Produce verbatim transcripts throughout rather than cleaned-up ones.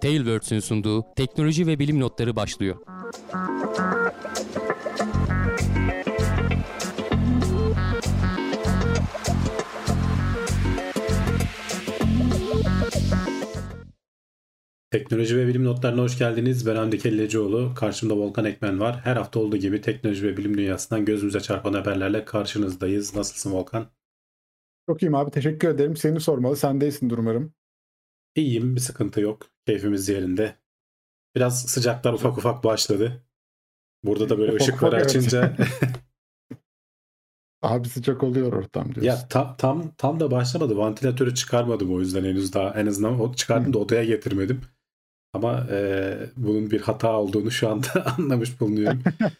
Tailwords'ün sunduğu teknoloji ve bilim notları başlıyor. Teknoloji ve bilim notlarına hoş geldiniz. Ben Hamdi Kellecioğlu. Karşımda Volkan Ekmen var. Her hafta olduğu gibi teknoloji ve bilim dünyasından gözümüze çarpan haberlerle karşınızdayız. Nasılsın Volkan? Çok iyiyim abi, teşekkür ederim. Seni sormalı. Sen de iyisindir umarım. İyiyim, bir sıkıntı yok. Keyfimiz yerinde. Biraz sıcaklar ufak ufak başladı. Burada da böyle Ufak ışıkları ufak, evet. açınca Abi sıcak oluyor ortam diyorsun. ya tam tam tam da başlamadı. Vantilatörü çıkarmadım o yüzden henüz daha en azından o çıkardım da odaya getirmedim. Ama e, bunun bir hata olduğunu şu anda anlamış bulunuyorum.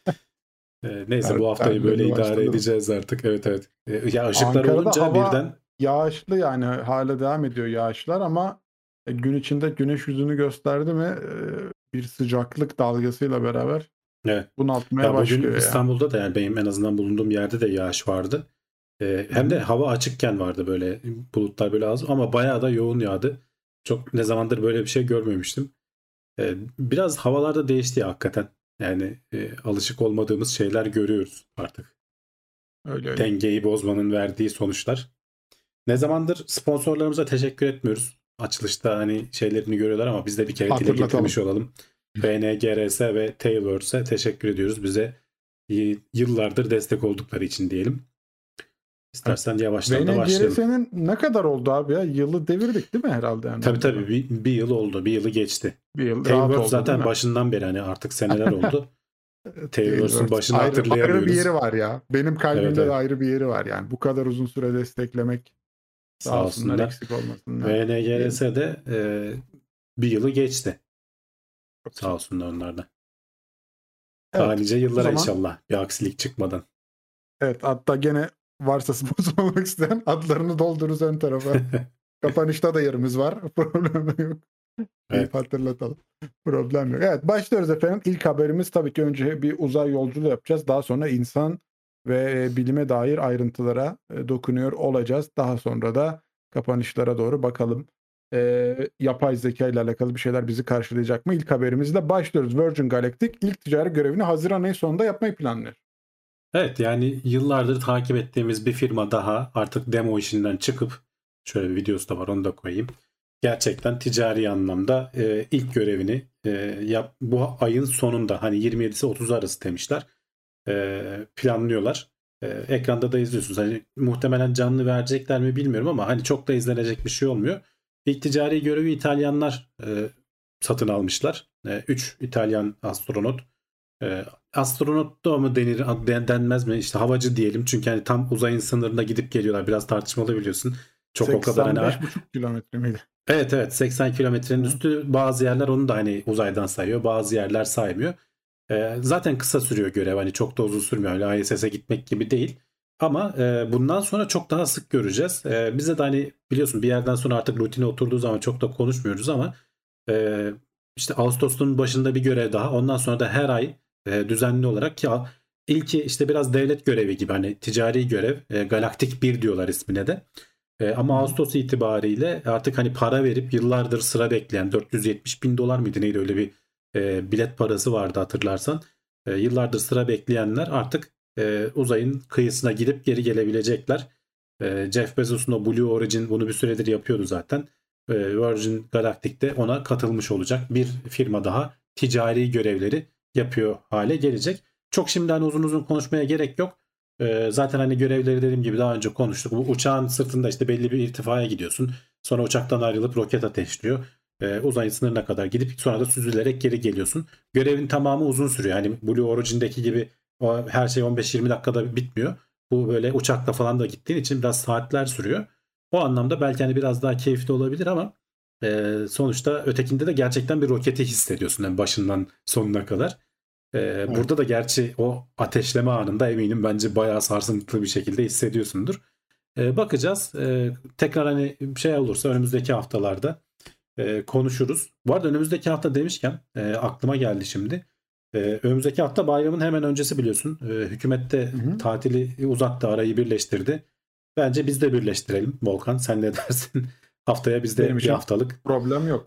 E, neyse Evet, bu haftayı ben de böyle idare başladım. edeceğiz artık. Evet evet. E, ya ışıklar Ankara'da olunca hava birden yağışlı, yani hala devam ediyor yağışlar ama e, gün içinde güneş yüzünü gösterdi mi e, bir sıcaklık dalgasıyla beraber evet. bunaltmaya Ya bugün başlıyor ya. İstanbul'da da yani benim en azından bulunduğum yerde de yağış vardı. E, hem de hava açıkken vardı, böyle bulutlar böyle az ama bayağı da yoğun yağdı. Çok ne zamandır böyle bir şey görmemiştim. E, biraz havalarda değişti ya, hakikaten. Yani e, alışık olmadığımız şeyler görüyoruz artık. Öyle öyle. Dengeyi bozmanın verdiği sonuçlar. Ne zamandır sponsorlarımıza teşekkür etmiyoruz. Açılışta hani şeylerini görüyorlar ama biz de bir kere dile Hatırlatalım. getirmiş olalım. B N G R S ve Tailwords'e teşekkür ediyoruz. Bize y- yıllardır destek oldukları için diyelim. İstersen yavaştan da başlayalım. V N G R S'nin ne kadar oldu abi ya? Yılı devirdik değil mi herhalde? Yani Tabii tabii bir, bir yıl oldu. Bir yılı geçti. Bir yıl rahat Tailwords oldu zaten değil mi? başından beri, hani artık seneler oldu. Tailwords'un Tailwords. başını ayrı, hatırlayamıyoruz. ayrı bir yeri var ya. Benim kalbimde Evet, de evet. ayrı bir yeri var yani. Bu kadar uzun süre desteklemek, sağ Sağ olsunlar, olsunlar. eksik olmasınlar. V N G R S'de e, bir yılı geçti. Çok Sağ güzel. olsunlar onlar da. Evet. Halice O yıllara zaman inşallah, bir aksilik çıkmadan. evet, hatta gene varsa sponsor olmak isteyen adlarını doldururuz ön tarafa. Kapanışta da yerimiz var. Problem yok. Evet. Deyip hatırlatalım. Problem yok. Evet, başlıyoruz efendim. İlk haberimiz tabii ki önce bir uzay yolculuğu yapacağız. Daha sonra insan ve bilime dair ayrıntılara e, dokunuyor olacağız. Daha sonra da kapanışlara doğru bakalım. E, yapay zeka ile alakalı bir şeyler bizi karşılayacak mı? İlk haberimizle başlıyoruz. Virgin Galactic ilk ticari görevini Haziran ayı sonunda yapmayı planlıyor. Evet, yani yıllardır takip ettiğimiz bir firma daha artık demo işinden çıkıp, şöyle bir videosu da var, onu da koyayım. Gerçekten ticari anlamda e, ilk görevini e, yap, bu ayın sonunda, hani yirmi yedisi otuz arası demişler, e, planlıyorlar. E, ekranda da izliyorsunuz. Hani muhtemelen canlı verecekler mi bilmiyorum ama hani çok da izlenecek bir şey olmuyor. İlk ticari görevi İtalyanlar e, satın almışlar. üç İtalyan astronot. E, astronot da mı denir, den- denmez mi? İşte havacı diyelim. Çünkü hani tam uzayın sınırında gidip geliyorlar. Biraz tartışmalı, biliyorsun. Çok o kadar hani seksen beş buçuk kilometre miydi? evet evet seksen kilometrenin Hı. üstü, bazı yerler onu da hani uzaydan sayıyor. Bazı yerler saymıyor. E, zaten kısa sürüyor görev. Hani çok da uzun sürmüyor. Öyle I S S'e gitmek gibi değil. Ama e, bundan sonra çok daha sık göreceğiz. E, bize de hani biliyorsun bir yerden sonra artık rutine oturduğu zaman çok da konuşmuyoruz ama e, işte Ağustos'un başında bir görev daha. Ondan sonra da her ay e, düzenli olarak, ki ilki işte biraz devlet görevi gibi, hani ticari görev, e, Galaktik bir diyorlar ismine de. E, ama Ağustos itibariyle artık hani para verip yıllardır sıra bekleyen, dört yüz yetmiş bin dolar mıydı neydi, öyle bir e, bilet parası vardı hatırlarsan. E, yıllardır sıra bekleyenler artık e, uzayın kıyısına gidip geri gelebilecekler. E, Jeff Bezos'un o Blue Origin bunu bir süredir yapıyordu zaten. E, Virgin Galactic de ona katılmış olacak. Bir firma daha ticari görevleri yapıyor hale gelecek. Çok şimdiden uzun uzun konuşmaya gerek yok. Ee, zaten hani görevleri dediğim gibi daha önce konuştuk. Bu uçağın sırtında işte belli bir irtifaya gidiyorsun. Sonra uçaktan ayrılıp roket ateşliyor. Ee, uzayın sınırına kadar gidip sonra da süzülerek geri geliyorsun. Görevin tamamı uzun sürüyor. Hani Blue Origin'deki gibi o, her şey on beş yirmi dakikada bitmiyor. Bu böyle uçakla falan da gittiğin için biraz saatler sürüyor. O anlamda belki hani biraz daha keyifli olabilir ama e, sonuçta ötekinde de gerçekten bir roketi hissediyorsun yani başından sonuna kadar. Ee, Evet. Burada da gerçi o ateşleme anında eminim bence bayağı sarsıntılı bir şekilde hissediyorsundur. Ee, bakacağız. Ee, tekrar hani şey olursa önümüzdeki haftalarda e, konuşuruz. Bu arada önümüzdeki hafta demişken e, aklıma geldi şimdi. E, önümüzdeki hafta bayramın hemen öncesi, biliyorsun. E, hükümet de Hı hı. tatili uzattı, arayı birleştirdi. Bence biz de birleştirelim Volkan. Sen ne dersin? Haftaya biz Benim de bir için haftalık problem yok.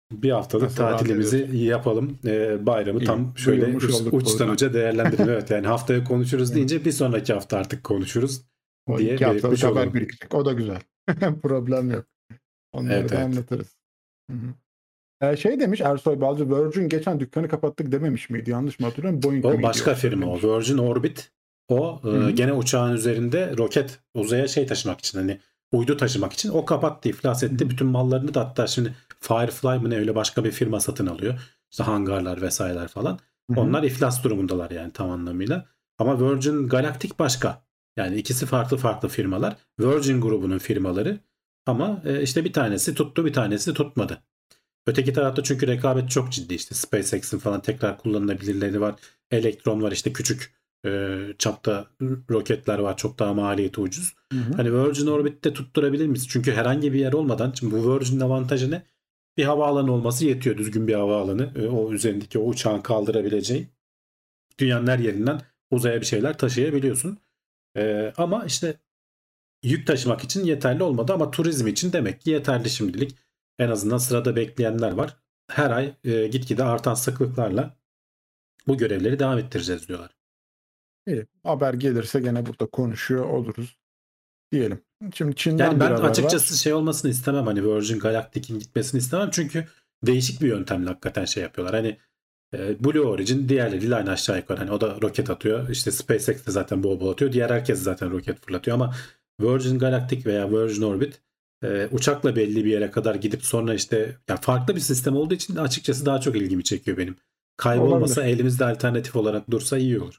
Bir haftalık Nasıl rahat tatilimizi ediyorsun? yapalım. Ee, bayramı İyi, tam şöyle duyurmuş uç- olduk uçtan buradan. uca değerlendirelim. Evet, yani haftaya konuşuruz Evet. deyince bir sonraki hafta artık konuşuruz O diye iki haftalık belirtmiş haber olalım. birikecek. O da güzel. Problem yok. Onları Evet, da evet. anlatırız. Hı hı. Ee, şey demiş Ersoy Balcı, Virgin geçen dükkanı kapattık dememiş miydi? Yanlış mı hatırlıyorum? Boeing O miydi başka yoksa firma o. demiş. Virgin Orbit. O Hı e, hı. gene uçağın üzerinde roket uzaya şey taşımak için, hani uydu taşımak için o kapattı, iflas Hı etti. hı. Bütün mallarını da hatta şimdi Firefly mı ne, öyle başka bir firma satın alıyor. İşte hangarlar vesaireler falan. Hı hı. Onlar iflas durumundalar yani tam anlamıyla. Ama Virgin Galactic başka. Yani ikisi farklı farklı firmalar. Virgin grubunun firmaları. Ama e, işte bir tanesi tuttu, bir tanesi tutmadı. Öteki tarafta çünkü rekabet çok ciddi, işte SpaceX'in falan tekrar kullanılabilirleri var. Electron var, işte küçük e, çapta roketler var, çok daha maliyeti ucuz. Hı hı. Hani Virgin Orbit'te tutturabilir miyiz? Çünkü herhangi bir yer olmadan, şimdi bu Virgin'in avantajı ne? Bir havaalanı olması yetiyor, düzgün bir havaalanı. E, o üzerindeki o uçağın kaldırabileceği. Dünyanın her yerinden uzaya bir şeyler taşıyabiliyorsun. E, ama işte yük taşımak için yeterli olmadı, ama turizm için demek ki yeterli şimdilik. En azından sırada bekleyenler var. Her ay e, gitgide artan sıklıklarla bu görevleri devam ettireceğiz diyorlar. İyi. Haber gelirse gene burada konuşuyor oluruz diyelim. Şimdi Yani Çin'den bir ben haber var. açıkçası şey olmasını istemem, hani Virgin Galactic'in gitmesini istemem, çünkü değişik bir yöntemle hakikaten şey yapıyorlar. Hani e, Blue Origin diğerleriyle aynı aşağı yukarı. Hani o da roket atıyor. İşte SpaceX de zaten bol bol atıyor. Diğer herkes zaten roket fırlatıyor, ama Virgin Galactic veya Virgin Orbit e, uçakla belli bir yere kadar gidip sonra işte, ya farklı bir sistem olduğu için açıkçası daha çok ilgimi çekiyor benim. Kaybolmasa, Olabilir. elimizde alternatif olarak dursa iyi olur.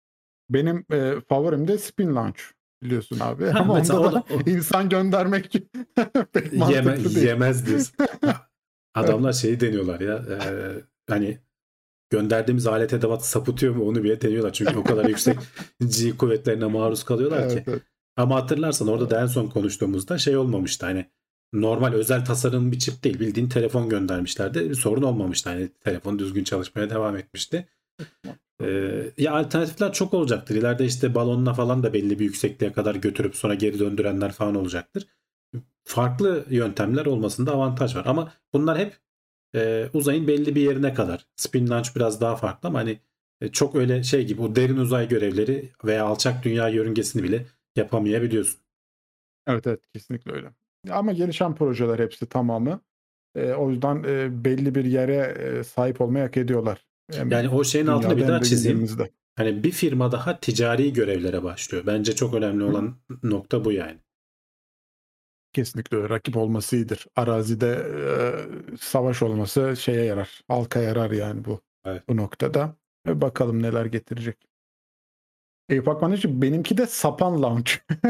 Benim e, favorim de Spin Launch biliyorsun abi. Ha, Ama mesela onda o da da o, insan göndermek pek yeme, mantıklı değil. yemez diyorsun. Ya, adamlar şeyi deniyorlar ya, e, hani gönderdiğimiz alet edevat sapıtıyor mu onu bile deniyorlar. Çünkü o kadar yüksek G kuvvetlerine maruz kalıyorlar ki. Evet, evet. Ama hatırlarsan orada da en son konuştuğumuzda şey olmamıştı, hani normal özel tasarım bir çip değil, bildiğin telefon göndermişlerdi. Bir sorun olmamıştı, hani telefon düzgün çalışmaya devam etmişti. Ee, ya alternatifler çok olacaktır. İleride işte balonla falan da belli bir yüksekliğe kadar götürüp sonra geri döndürenler falan olacaktır. Farklı yöntemler olmasında avantaj var. Ama bunlar hep e, uzayın belli bir yerine kadar. Spin launch biraz daha farklı, ama hani e, çok öyle şey gibi o derin uzay görevleri veya alçak dünya yörüngesini bile yapamayabiliyorsun. Evet, evet, kesinlikle öyle. Ama gelişen projeler hepsi tamamı. E, o yüzden e, belli bir yere e, sahip olmayı hak ediyorlar. Hem Yani o şeyin altını dünyada bir hem daha de çizeyim. gündemimizde. Hani bir firma daha ticari görevlere başlıyor. Bence çok önemli Hı hı. olan nokta bu yani. Kesinlikle öyle. Rakip olması iyidir. Arazide e, savaş olması şeye yarar. Halka yarar yani bu Evet. bu noktada. E, bakalım neler getirecek. Eyüp Akman için benimki de sapan launch.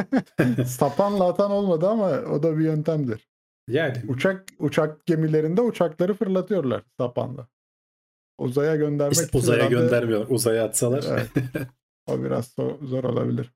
Sapanla atan olmadı ama o da bir yöntemdir. Yani Uçak uçak gemilerinde uçakları fırlatıyorlar sapanla. Uzaya işte göndermek için uzaya herhalde göndermiyorlar. Uzaya atsalar. evet, o biraz zor, zor olabilir.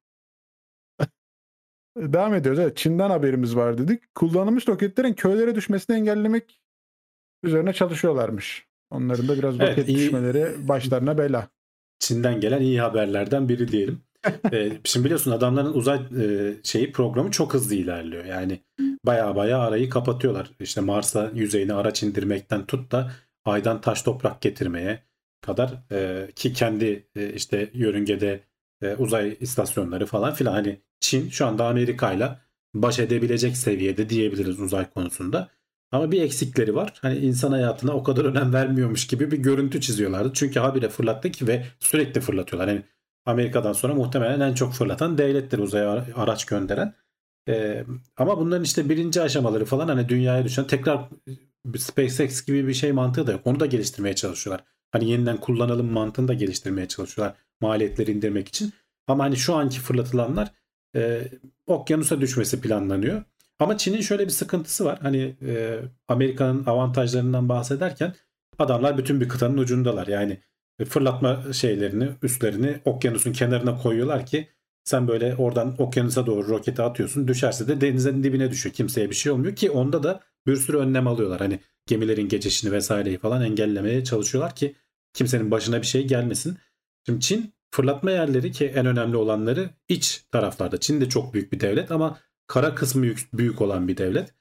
Devam ediyoruz. Evet, Çin'den haberimiz var dedik. Kullanılmış roketlerin köylere düşmesini engellemek üzerine çalışıyorlarmış. Onların da biraz Evet, roket iyi. düşmeleri başlarına bela. Çin'den gelen iyi haberlerden biri diyelim. Ee, şimdi biliyorsun adamların uzay e, şeyi programı çok hızlı ilerliyor. Yani baya baya arayı kapatıyorlar. İşte Mars'a yüzeyine araç indirmekten tut da aydan taş toprak getirmeye kadar, e, ki kendi e, işte yörüngede e, uzay istasyonları falan filan. Hani Çin şu anda Amerika'yla baş edebilecek seviyede diyebiliriz uzay konusunda. Ama bir eksikleri var. Hani insan hayatına o kadar önem vermiyormuş gibi bir görüntü çiziyorlardı. Çünkü habire fırlattık ve sürekli fırlatıyorlar. Yani Amerika'dan sonra muhtemelen en çok fırlatan devlettir uzaya araç gönderen. Ee, ama bunların işte birinci aşamaları falan, hani dünyaya düşen tekrar SpaceX gibi bir şey mantığı da yok. Onu da geliştirmeye çalışıyorlar. Hani yeniden kullanalım mantığını da geliştirmeye çalışıyorlar. Maliyetleri indirmek için. Ama hani şu anki fırlatılanlar e, okyanusa düşmesi planlanıyor. Ama Çin'in şöyle bir sıkıntısı var. Hani e, Amerika'nın avantajlarından bahsederken adamlar bütün bir kıtanın ucundalar. Yani e, fırlatma şeylerini, üslerini okyanusun kenarına koyuyorlar ki sen böyle oradan okyanusa doğru roketi atıyorsun. Düşerse de denizin dibine düşüyor. Kimseye bir şey olmuyor ki onda da bir sürü önlem alıyorlar. Hani gemilerin geçişini vesaireyi falan engellemeye çalışıyorlar ki kimsenin başına bir şey gelmesin. Şimdi Çin fırlatma yerleri, ki en önemli olanları iç taraflarda. Çin de çok büyük bir devlet ama kara kısmı büyük, büyük olan bir devlet.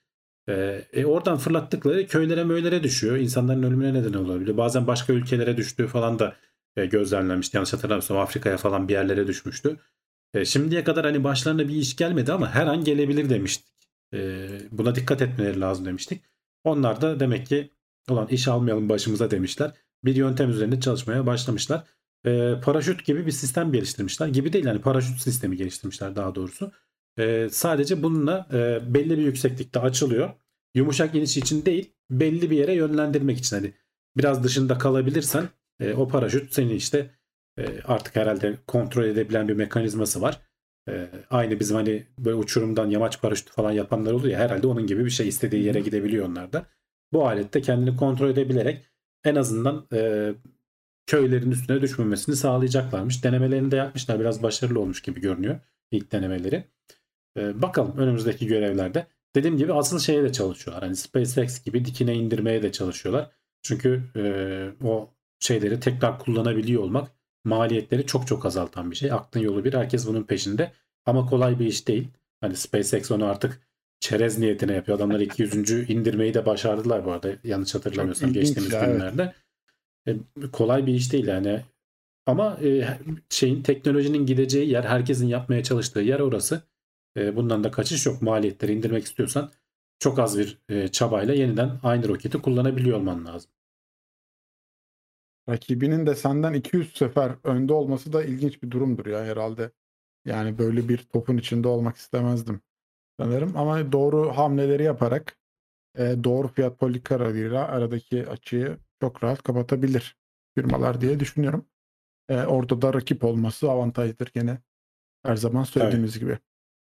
E, e, oradan fırlattıkları köylere möylere düşüyor. İnsanların ölümüne neden olabiliyor. Bazen başka ülkelere düştüğü falan da e, gözlemlenmişti. Yanlış hatırlamıyorsam Afrika'ya falan bir yerlere düşmüştü. E, şimdiye kadar hani başlarına bir iş gelmedi ama her an gelebilir demiştik. E, buna dikkat etmeleri lazım demiştik. Onlar da demek ki ulan iş almayalım başımıza demişler. Bir yöntem üzerinde çalışmaya başlamışlar. E, paraşüt gibi bir sistem geliştirmişler. Gibi değil, yani paraşüt sistemi geliştirmişler daha doğrusu. E, sadece bununla e, belli bir yükseklikte açılıyor. Yumuşak iniş için değil, belli bir yere yönlendirmek için. Hani biraz dışında kalabilirsen e, o paraşüt seni işte e, artık herhalde kontrol edebilen bir mekanizması var. E, aynı bizim hani böyle uçurumdan yamaç paraşütü falan yapanlar oluyor ya, herhalde onun gibi bir şey, istediği yere gidebiliyor onlar da. Bu alette kendini kontrol edebilerek en azından e, köylerin üstüne düşmemesini sağlayacaklarmış. Denemelerini de yapmışlar. Biraz başarılı olmuş gibi görünüyor ilk denemeleri. E, bakalım önümüzdeki görevlerde. Dediğim gibi asıl şeye de çalışıyorlar. Hani SpaceX gibi dikine indirmeye de çalışıyorlar. Çünkü e, o şeyleri tekrar kullanabiliyor olmak maliyetleri çok çok azaltan bir şey. Aklın yolu bir. Herkes bunun peşinde. Ama kolay bir iş değil. Hani SpaceX onu artık çerez niyetine yapıyor. Adamlar iki yüzüncü indirmeyi de başardılar bu arada. Yanlış hatırlamıyorsam ilginç geçtiğimiz ya, evet. günlerde. E, kolay bir iş değil yani. Ama e, şeyin teknolojinin gideceği yer, herkesin yapmaya çalıştığı yer orası. E, bundan da kaçış yok. Maliyetleri indirmek istiyorsan çok az bir e, çabayla yeniden aynı roketi kullanabiliyor olman lazım. Rakibinin de senden iki yüz sefer önde olması da ilginç bir durumdur ya herhalde. Yani böyle bir topun içinde olmak istemezdim sanırım. Ama doğru hamleleri yaparak e, doğru fiyat politikalarıyla aradaki açığı çok rahat kapatabilir firmalar diye düşünüyorum. E, orada da rakip olması avantajdır gene, her zaman söylediğimiz gibi.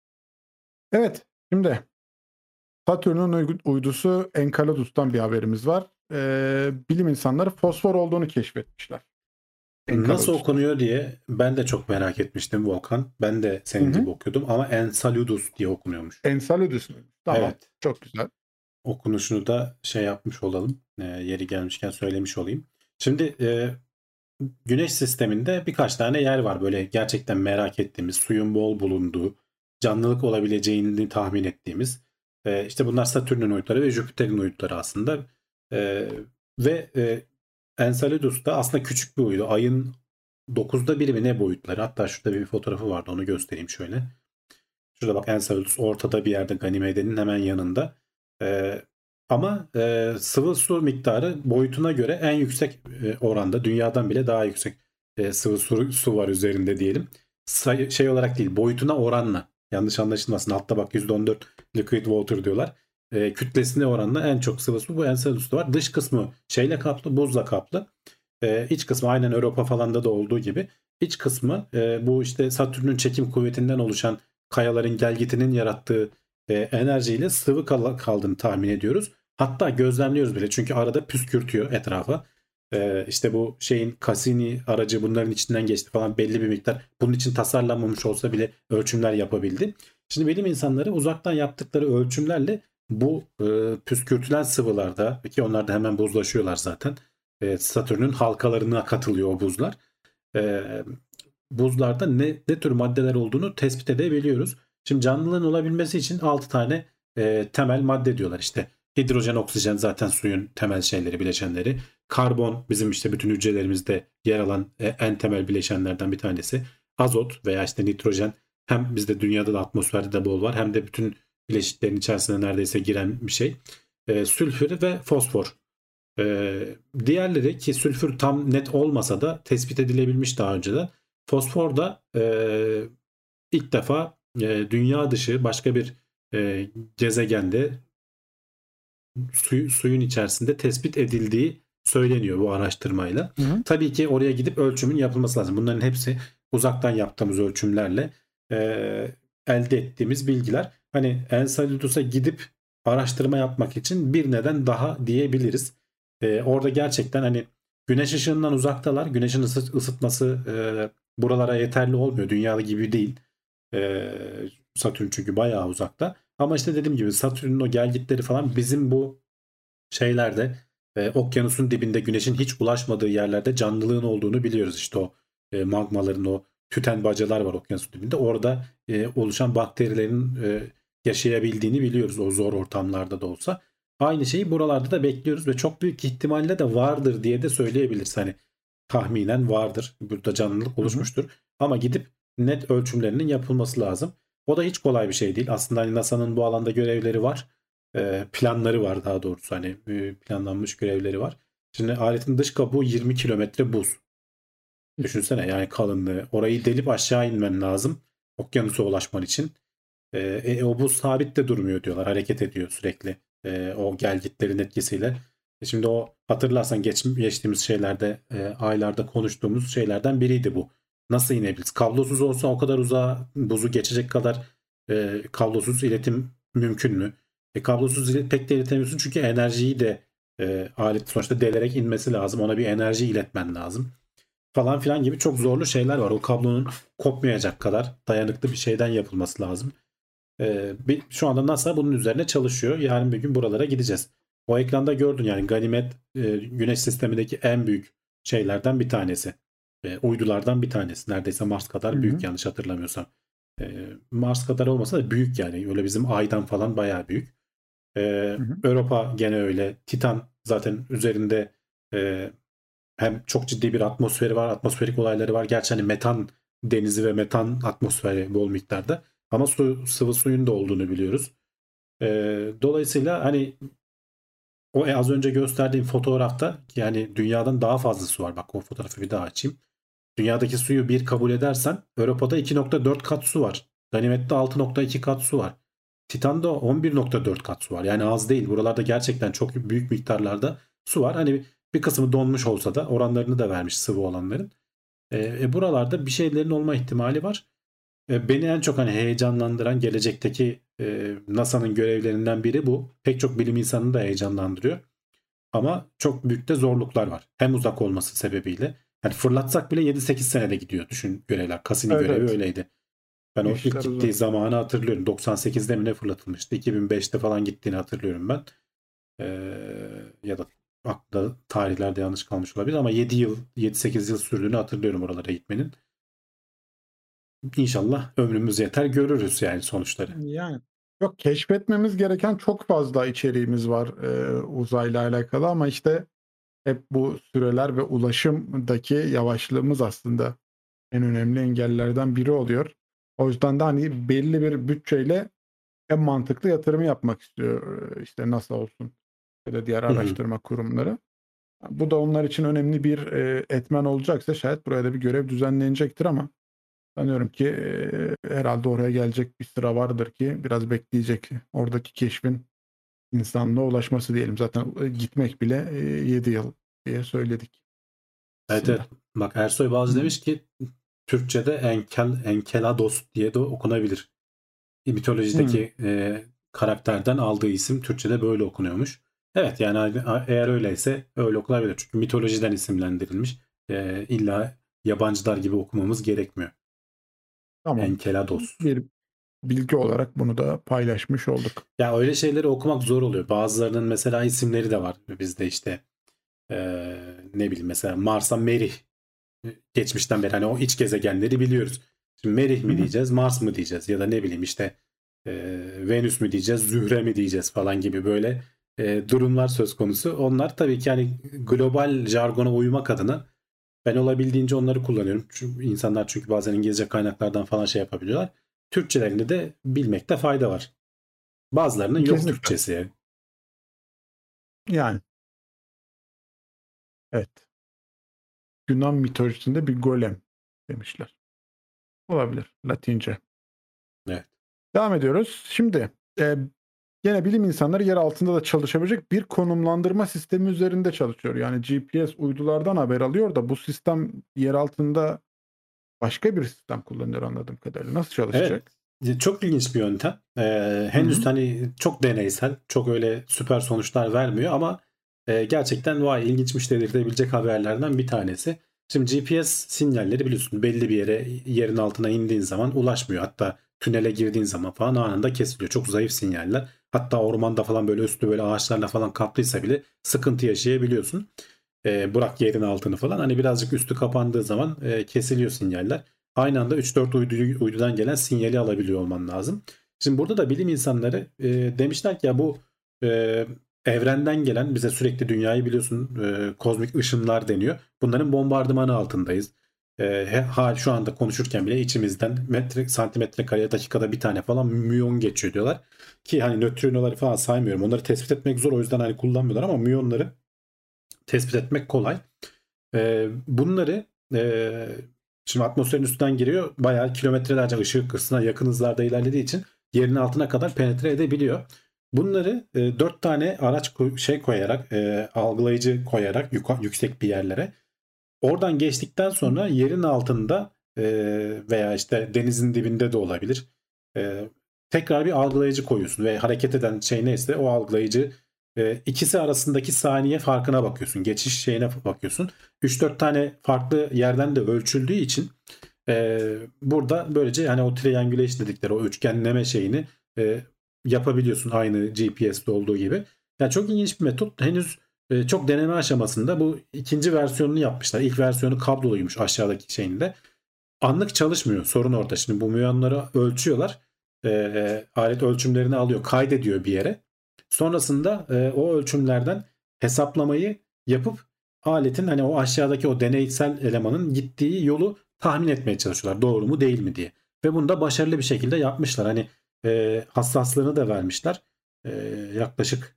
Evet, şimdi Satürn'ün uygu- uydusu Enceladus'tan bir haberimiz var. E, bilim insanları fosfor olduğunu keşfetmişler. Nasıl Enceladus'ta. okunuyor diye ben de çok merak etmiştim Volkan. Ben de senin Hı hı. gibi okuyordum ama Enceladus diye okunuyormuş. Enceladus mu? Tamam, Evet. çok güzel. Okunuşunu da şey yapmış olalım. E, yeri gelmişken söylemiş olayım. Şimdi e, Güneş sisteminde birkaç tane yer var böyle gerçekten merak ettiğimiz, suyun bol bulunduğu, canlılık olabileceğini tahmin ettiğimiz. E, işte bunlar Satürn'ün uyduları ve Jüpiter'in uyduları aslında. E, ve e, Enceladus da aslında küçük bir uydu. Ayın dokuzda biri mi ne boyutları? Hatta şurada bir fotoğrafı vardı, onu göstereyim şöyle. Şurada bak, Enceladus ortada bir yerde, Ganimede'nin hemen yanında. Ee, ama e, sıvı su miktarı boyutuna göre en yüksek e, oranda, dünyadan bile daha yüksek e, sıvı su, su var üzerinde diyelim. Say- şey olarak değil, boyutuna oranla. Yanlış anlaşılmasın. Altta bak yüzde on dört liquid water diyorlar. E, kütlesine oranla en çok sıvı su bu Enceladus'ta var. Dış kısmı şeyle kaplı, buzla kaplı. E, iç kısmı aynen Europa falan da olduğu gibi. İç kısmı e, bu işte Satürn'ün çekim kuvvetinden oluşan kayaların gelgitinin yarattığı e, enerjiyle sıvı kal- kaldığını tahmin ediyoruz. Hatta gözlemliyoruz bile, çünkü arada püskürtüyor etrafa. E, işte bu şeyin Cassini aracı bunların içinden geçti falan, belli bir miktar. Bunun için tasarlanmamış olsa bile ölçümler yapabildi. Şimdi bilim insanları uzaktan yaptıkları ölçümlerle bu e, püskürtülen sıvılarda, ki onlar da hemen buzlaşıyorlar zaten. E, Satürn'ün halkalarına katılıyor o buzlar. E, buzlarda ne, ne tür maddeler olduğunu tespit edebiliyoruz. Şimdi canlılığın olabilmesi için altı tane e, temel madde diyorlar. İşte hidrojen, oksijen zaten suyun temel şeyleri, bileşenleri. Karbon bizim işte bütün hücrelerimizde yer alan e, en temel bileşenlerden bir tanesi. Azot veya işte nitrojen hem bizde, dünyada da atmosferde de bol var, hem de bütün bileşiklerin içerisine neredeyse giren bir şey. E, sülfür ve fosfor. E, diğerleri, ki sülfür tam net olmasa da tespit edilebilmiş daha önceden. Fosfor da e, ilk defa e, dünya dışı başka bir e, gezegende suyu, suyun içerisinde tespit edildiği söyleniyor bu araştırmayla. Hı hı. Tabii ki oraya gidip ölçümün yapılması lazım. Bunların hepsi uzaktan yaptığımız ölçümlerle e, elde ettiğimiz bilgiler. Hani Enceladus'a gidip araştırma yapmak için bir neden daha diyebiliriz. E, orada gerçekten hani güneş ışığından uzaktalar. Güneşin ısı- ısıtması e, buralara yeterli olmuyor. Dünya gibi değil. E, Satürn çünkü bayağı uzakta. Ama işte dediğim gibi Satürn'ün o gelgitleri falan bizim bu şeylerde e, okyanusun dibinde, güneşin hiç ulaşmadığı yerlerde canlılığın olduğunu biliyoruz. İşte o e, magmaların, o tüten bacalar var okyanusun dibinde. Orada e, oluşan bakterilerin e, yaşayabildiğini biliyoruz o zor ortamlarda da olsa. Aynı şeyi buralarda da bekliyoruz ve çok büyük ihtimalle de vardır diye de söyleyebiliriz. Hani tahminen vardır. Burada canlılık Hı hı. oluşmuştur. Ama gidip net ölçümlerinin yapılması lazım. O da hiç kolay bir şey değil. Aslında hani NASA'nın bu alanda görevleri var. Ee, planları var daha doğrusu. Hani e, planlanmış görevleri var. Şimdi aletin dış kabuğu yirmi kilometre buz. Düşünsene yani kalınlığı. Orayı delip aşağı inmen lazım. Okyanusa ulaşman için. Ee, e, o buz sabit de durmuyor diyorlar. Hareket ediyor sürekli. Ee, o gelgitlerin etkisiyle. E Şimdi o hatırlarsan geç, geçtiğimiz şeylerde e, aylarda konuştuğumuz şeylerden biriydi bu. Nasıl inebiliriz? Kablosuz olsa o kadar uzağa buzu geçecek kadar e, kablosuz iletim mümkün mü? E, kablosuz ilet pek de iletemiyorsun çünkü enerjiyi de e, alet sonuçta delerek inmesi lazım. Ona bir enerji iletmen lazım. Falan filan gibi çok zorlu şeyler var. O kablonun kopmayacak kadar dayanıklı bir şeyden yapılması lazım. Ee, bir, şu anda NASA bunun üzerine çalışıyor. Yarın bir gün buralara gideceğiz. O ekranda gördün yani Ganimet e, Güneş sistemindeki en büyük şeylerden bir tanesi. E, uydulardan bir tanesi. Neredeyse Mars Hı kadar büyük hı. yanlış hatırlamıyorsam. E, Mars kadar olmasa da büyük yani. Öyle bizim Ay'dan falan bayağı büyük. E, Hı hı. Europa gene öyle. Titan zaten üzerinde e, hem çok ciddi bir atmosferi var, atmosferik olayları var. Gerçi hani metan denizi ve metan atmosferi bol miktarda. Ama su, sıvı suyun da olduğunu biliyoruz. Ee, dolayısıyla hani o az önce gösterdiğim fotoğrafta yani dünyadan daha fazla su var. Bak o fotoğrafı bir daha açayım. Dünyadaki suyu bir kabul edersen Avrupa'da iki nokta dört kat su var. Ganimet'te altı nokta iki kat su var. Titan'da on bir nokta dört kat su var. Yani az değil. Buralarda gerçekten çok büyük miktarlarda su var. Hani bir kısmı donmuş olsa da oranlarını da vermiş sıvı olanların. E, e, buralarda bir şeylerin olma ihtimali var. E, beni en çok hani heyecanlandıran gelecekteki e, NASA'nın görevlerinden biri bu. Pek çok bilim insanını da heyecanlandırıyor. Ama çok büyük de zorluklar var. Hem uzak olması sebebiyle. Yani fırlatsak bile yedi sekiz senede gidiyor. Düşün görevler. Cassini Evet, görevi evet. öyleydi. Ben o ilk İşler gittiği uzun. zamanı hatırlıyorum. doksan sekizde mi ne fırlatılmıştı? iki bin beşte falan gittiğini hatırlıyorum ben. Ee, ya da aklıda tarihlerde yanlış kalmış olabilir ama yedi yıl, yedi sekiz yıl sürdüğünü hatırlıyorum oralara gitmenin. İnşallah ömrümüz yeter görürüz yani sonuçları. Yani yok, keşfetmemiz gereken çok fazla içeriğimiz var e, uzayla alakalı ama işte hep bu süreler ve ulaşımdaki yavaşlığımız aslında en önemli engellerden biri oluyor. O yüzden de hani belli bir bütçeyle en mantıklı yatırımı yapmak istiyor e, işte NASA olsun ya da diğer Hı hı. araştırma kurumları. Bu da onlar için önemli bir e, etmen olacaksa şayet buraya da bir görev düzenlenecektir ama sanıyorum ki e, herhalde oraya gelecek bir sıra vardır ki biraz bekleyecek oradaki keşfin insanlığa ulaşması diyelim. Zaten e, gitmek bile e, yedi yıl diye söyledik Evet, evet. aslında. Bak Ersoy Hı Balcı hı. demiş ki Türkçe'de enkel, Enkelados diye de okunabilir. Hı. Mitolojideki e, karakterden aldığı isim Türkçe'de böyle okunuyormuş. Evet yani a- eğer öyleyse öyle okunabilir. Çünkü mitolojiden isimlendirilmiş. E, illa yabancılar gibi okumamız gerekmiyor. Tamamdır. Enkelados. Bir bilgi olarak bunu da paylaşmış olduk. Ya öyle şeyleri okumak zor oluyor. Bazılarının mesela isimleri de var bizde işte. E, ne bileyim mesela Mars'a Merih. Geçmişten beri hani o iç gezegenleri biliyoruz. Şimdi Merih Hı mi hı. diyeceğiz, Mars mı diyeceğiz ya da ne bileyim işte e, Venüs mü diyeceğiz, Zühre mi diyeceğiz falan gibi böyle e, durumlar söz konusu. Onlar tabii ki hani global jargona uymak adına ben olabildiğince onları kullanıyorum. Çünkü insanlar çünkü bazen İngilizce kaynaklardan falan şey yapabiliyorlar. Türkçelerini de bilmekte fayda var. Bazılarının yok Kesinlikle. Türkçesi. Yani evet. Yunan mitolojisinde bir golem demişler. Olabilir. Latince. Evet. Devam ediyoruz. Şimdi e, gene bilim insanları yer altında da çalışabilecek bir konumlandırma sistemi üzerinde çalışıyor. Yani G P S uydulardan haber alıyor da bu sistem yer altında başka bir sistem kullanıyor anladığım kadarıyla. Nasıl Evet. çalışacak? Çok ilginç bir yöntem. Ee, Hı henüz hı. hani çok deneysel, çok öyle süper sonuçlar vermiyor ama e, gerçekten vay ilginçmiş dedirtebilecek haberlerden bir tanesi. Şimdi G P S sinyalleri biliyorsun belli bir yere yerin altına indiğin zaman ulaşmıyor. Hatta tünele girdiğin zaman falan anında kesiliyor. Çok zayıf sinyaller. Hatta ormanda falan böyle üstü böyle ağaçlarla falan kaplıysa bile sıkıntı yaşayabiliyorsun. E, bırak yerin altını falan. Hani birazcık üstü kapandığı zaman e, kesiliyor sinyaller. Aynı anda üç dört uydu, uydudan gelen sinyali alabiliyor olman lazım. Şimdi burada da bilim insanları e, demişler ki ya bu e, evrenden gelen bize sürekli dünyayı biliyorsun e, kozmik ışınlar deniyor. Bunların bombardımanı altındayız. E, ha, şu anda konuşurken bile içimizden metre, santimetre kare dakikada bir tane falan müyon geçiyor diyorlar. Ki hani nötrinoları falan saymıyorum. Onları tespit etmek zor, o yüzden hani kullanmıyorlar ama müyonları tespit etmek kolay. E, bunları e, şimdi atmosferin üstünden giriyor. Bayağı kilometrelerce ışık hızına yakın hızlarda ilerlediği için yerin altına kadar penetre edebiliyor. Bunları e, dört tane araç koy, şey koyarak e, algılayıcı koyarak yuka, yüksek bir yerlere oradan geçtikten sonra yerin altında e, veya işte denizin dibinde de olabilir. E, tekrar bir algılayıcı koyuyorsun ve hareket eden şey neyse o algılayıcı e, ikisi arasındaki saniye farkına bakıyorsun. Geçiş şeyine bakıyorsun. üç dört tane farklı yerden de ölçüldüğü için e, burada böylece hani o triangulation dedikleri o üçgenleme şeyini e, yapabiliyorsun aynı G P S'te olduğu gibi. Yani çok ilginç bir metot. Henüz e, çok deneme aşamasında, bu ikinci versiyonunu yapmışlar. İlk versiyonu kabloluymuş aşağıdaki şeyinde. Anlık çalışmıyor. Sorun orada. Şimdi bu müyonları ölçüyorlar. E, alet ölçümlerini alıyor, kaydediyor bir yere. Sonrasında e, o ölçümlerden hesaplamayı yapıp aletin hani o aşağıdaki o deneysel elemanın gittiği yolu tahmin etmeye çalışıyorlar. Doğru mu değil mi diye. Ve bunu da başarılı bir şekilde yapmışlar. Hani e, hassaslığını da vermişler. E, yaklaşık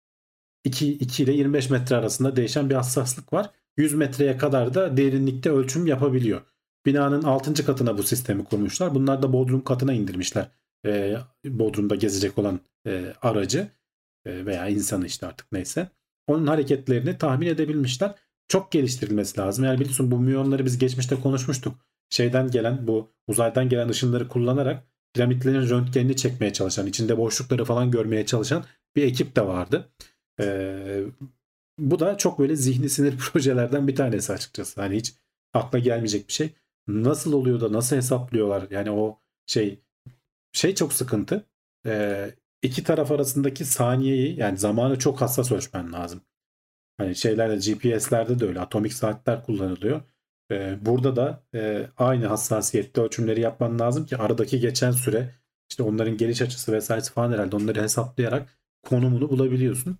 iki, iki ile yirmi beş metre arasında değişen bir hassaslık var. yüz metreye kadar da derinlikte ölçüm yapabiliyor. Binanın altıncı katına bu sistemi kurmuşlar. Bunlar da bodrum katına indirmişler. E, Bodrum'da gezecek olan e, aracı e, veya insanı işte artık neyse. Onun hareketlerini tahmin edebilmişler. Çok geliştirilmesi lazım. Yani biliyorsun bu müyonları biz geçmişte konuşmuştuk. Şeyden gelen, bu uzaydan gelen ışınları kullanarak piramitlerin röntgenini çekmeye çalışan, içinde boşlukları falan görmeye çalışan bir ekip de vardı. Ee, bu da çok böyle zihni sinir projelerden bir tanesi açıkçası. Hani hiç akla gelmeyecek bir şey. Nasıl oluyor da nasıl hesaplıyorlar? Yani o şey şey çok sıkıntı. Ee, iki taraf arasındaki saniyeyi, yani zamanı çok hassas ölçmen lazım. Hani şeylerde, G P S'lerde de öyle. Atomik saatler kullanılıyor. Ee, burada da e, aynı hassasiyette ölçümleri yapman lazım ki aradaki geçen süre, işte onların geliş açısı vesairesi falan, herhalde onları hesaplayarak konumunu bulabiliyorsun.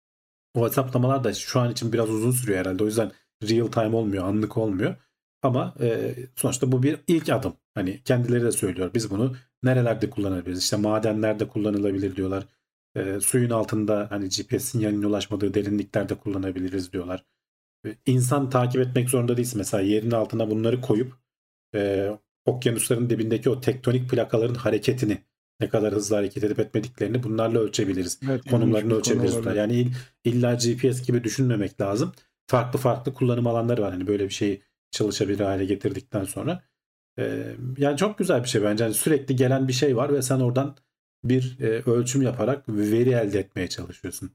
O hesaplamalar da şu an için biraz uzun sürüyor herhalde. O yüzden real time olmuyor, anlık olmuyor. Ama e, sonuçta bu bir ilk adım. Hani kendileri de söylüyor. Biz bunu nerelerde kullanabiliriz? İşte madenlerde kullanılabilir diyorlar. E, suyun altında hani G P S sinyalinin ulaşmadığı derinliklerde kullanabiliriz diyorlar. E, insan takip etmek zorunda değilsin. Mesela yerin altına bunları koyup e, okyanusların dibindeki o tektonik plakaların hareketini, ne kadar hızlı hareket edip etmediklerini bunlarla ölçebiliriz. Evet, ilginç Konumlarını bir konu ölçebiliriz. olabilir. Yani il- illa G P S gibi düşünmemek lazım. Farklı farklı kullanım alanları var. Hani böyle bir şeyi çalışabilir hale getirdikten sonra. E, yani çok güzel bir şey bence. Yani sürekli gelen bir şey var ve sen oradan bir e, ölçüm yaparak veri elde etmeye çalışıyorsun.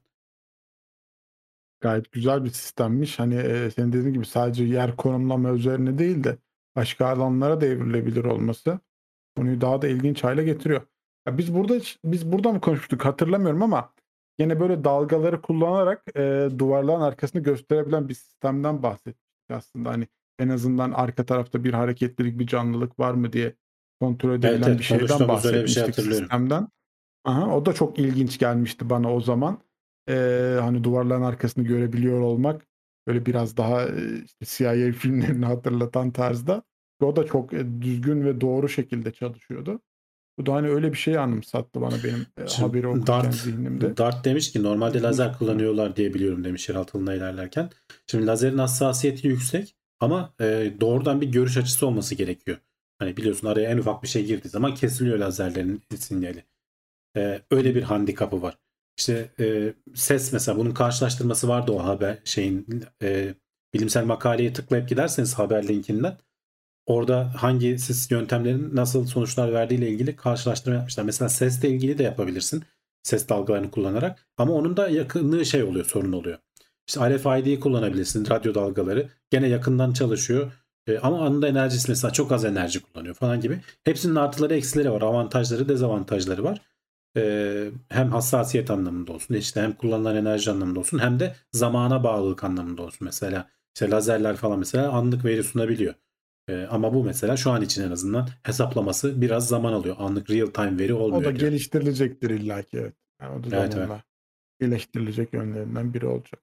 Gayet güzel bir sistemmiş. Hani e, senin dediğin gibi sadece yer konumlama üzerine değil de başka alanlara da evrilebilir olması konuyu daha da ilginç hale getiriyor. Ya biz burada hiç- biz burada mı konuştuk hatırlamıyorum ama yine böyle dalgaları kullanarak e, duvarların arkasını gösterebilen bir sistemden bahsettik aslında. Hani en azından arka tarafta bir hareketlilik, bir canlılık var mı diye kontrol Evet, edebilen bir evet, şeyden konuştuğumuz öyle bir şey bahsetmiştik, hatırlıyorum. sistemden. Aha, o da çok ilginç gelmişti bana o zaman. Eee, hani duvarların arkasını görebiliyor olmak böyle biraz daha eee, işte C I A filmlerini hatırlatan tarzda. O da çok e, düzgün ve doğru şekilde çalışıyordu. Bu da hani öyle bir şey anımsattı bana benim e, Şimdi haberi okurken Dart, zihnimde. Dart demiş ki normalde İlginç lazer bir konu. kullanıyorlar diye biliyorum demiş yeraltında ilerlerken. Şimdi lazerin hassasiyeti yüksek ama e, doğrudan bir görüş açısı olması gerekiyor. Hani biliyorsun araya en ufak bir şey girdiği zaman kesiliyor lazerlerin sinyali. E, öyle bir handikapı var. İşte e, ses mesela, bunun karşılaştırması vardı o haber şeyin, e, bilimsel makaleye tıklayıp giderseniz haber linkinden, orada hangi ses yöntemlerin nasıl sonuçlar verdiğiyle ilgili karşılaştırma yapmışlar. Mesela sesle ilgili de yapabilirsin. Ses dalgalarını kullanarak. Ama onun da yakınlığı şey oluyor, sorun oluyor. İşte R F I D'yi kullanabilirsin, radyo dalgaları. Gene yakından çalışıyor. E, ama onun da enerjisi mesela çok az enerji kullanıyor falan gibi. Hepsinin artıları eksileri var. Avantajları, dezavantajları var. E, hem hassasiyet anlamında olsun, işte hem kullanılan enerji anlamında olsun, hem de zamana bağlılık anlamında olsun. Mesela işte lazerler falan mesela anlık veri sunabiliyor. E, ama bu mesela şu an için en azından hesaplaması biraz zaman alıyor. Anlık real time veri O da olmuyor diyor. geliştirilecektir illaki. Evet. Yani o da Evet, evet. zamanla geliştirilecek yönlerinden biri olacak.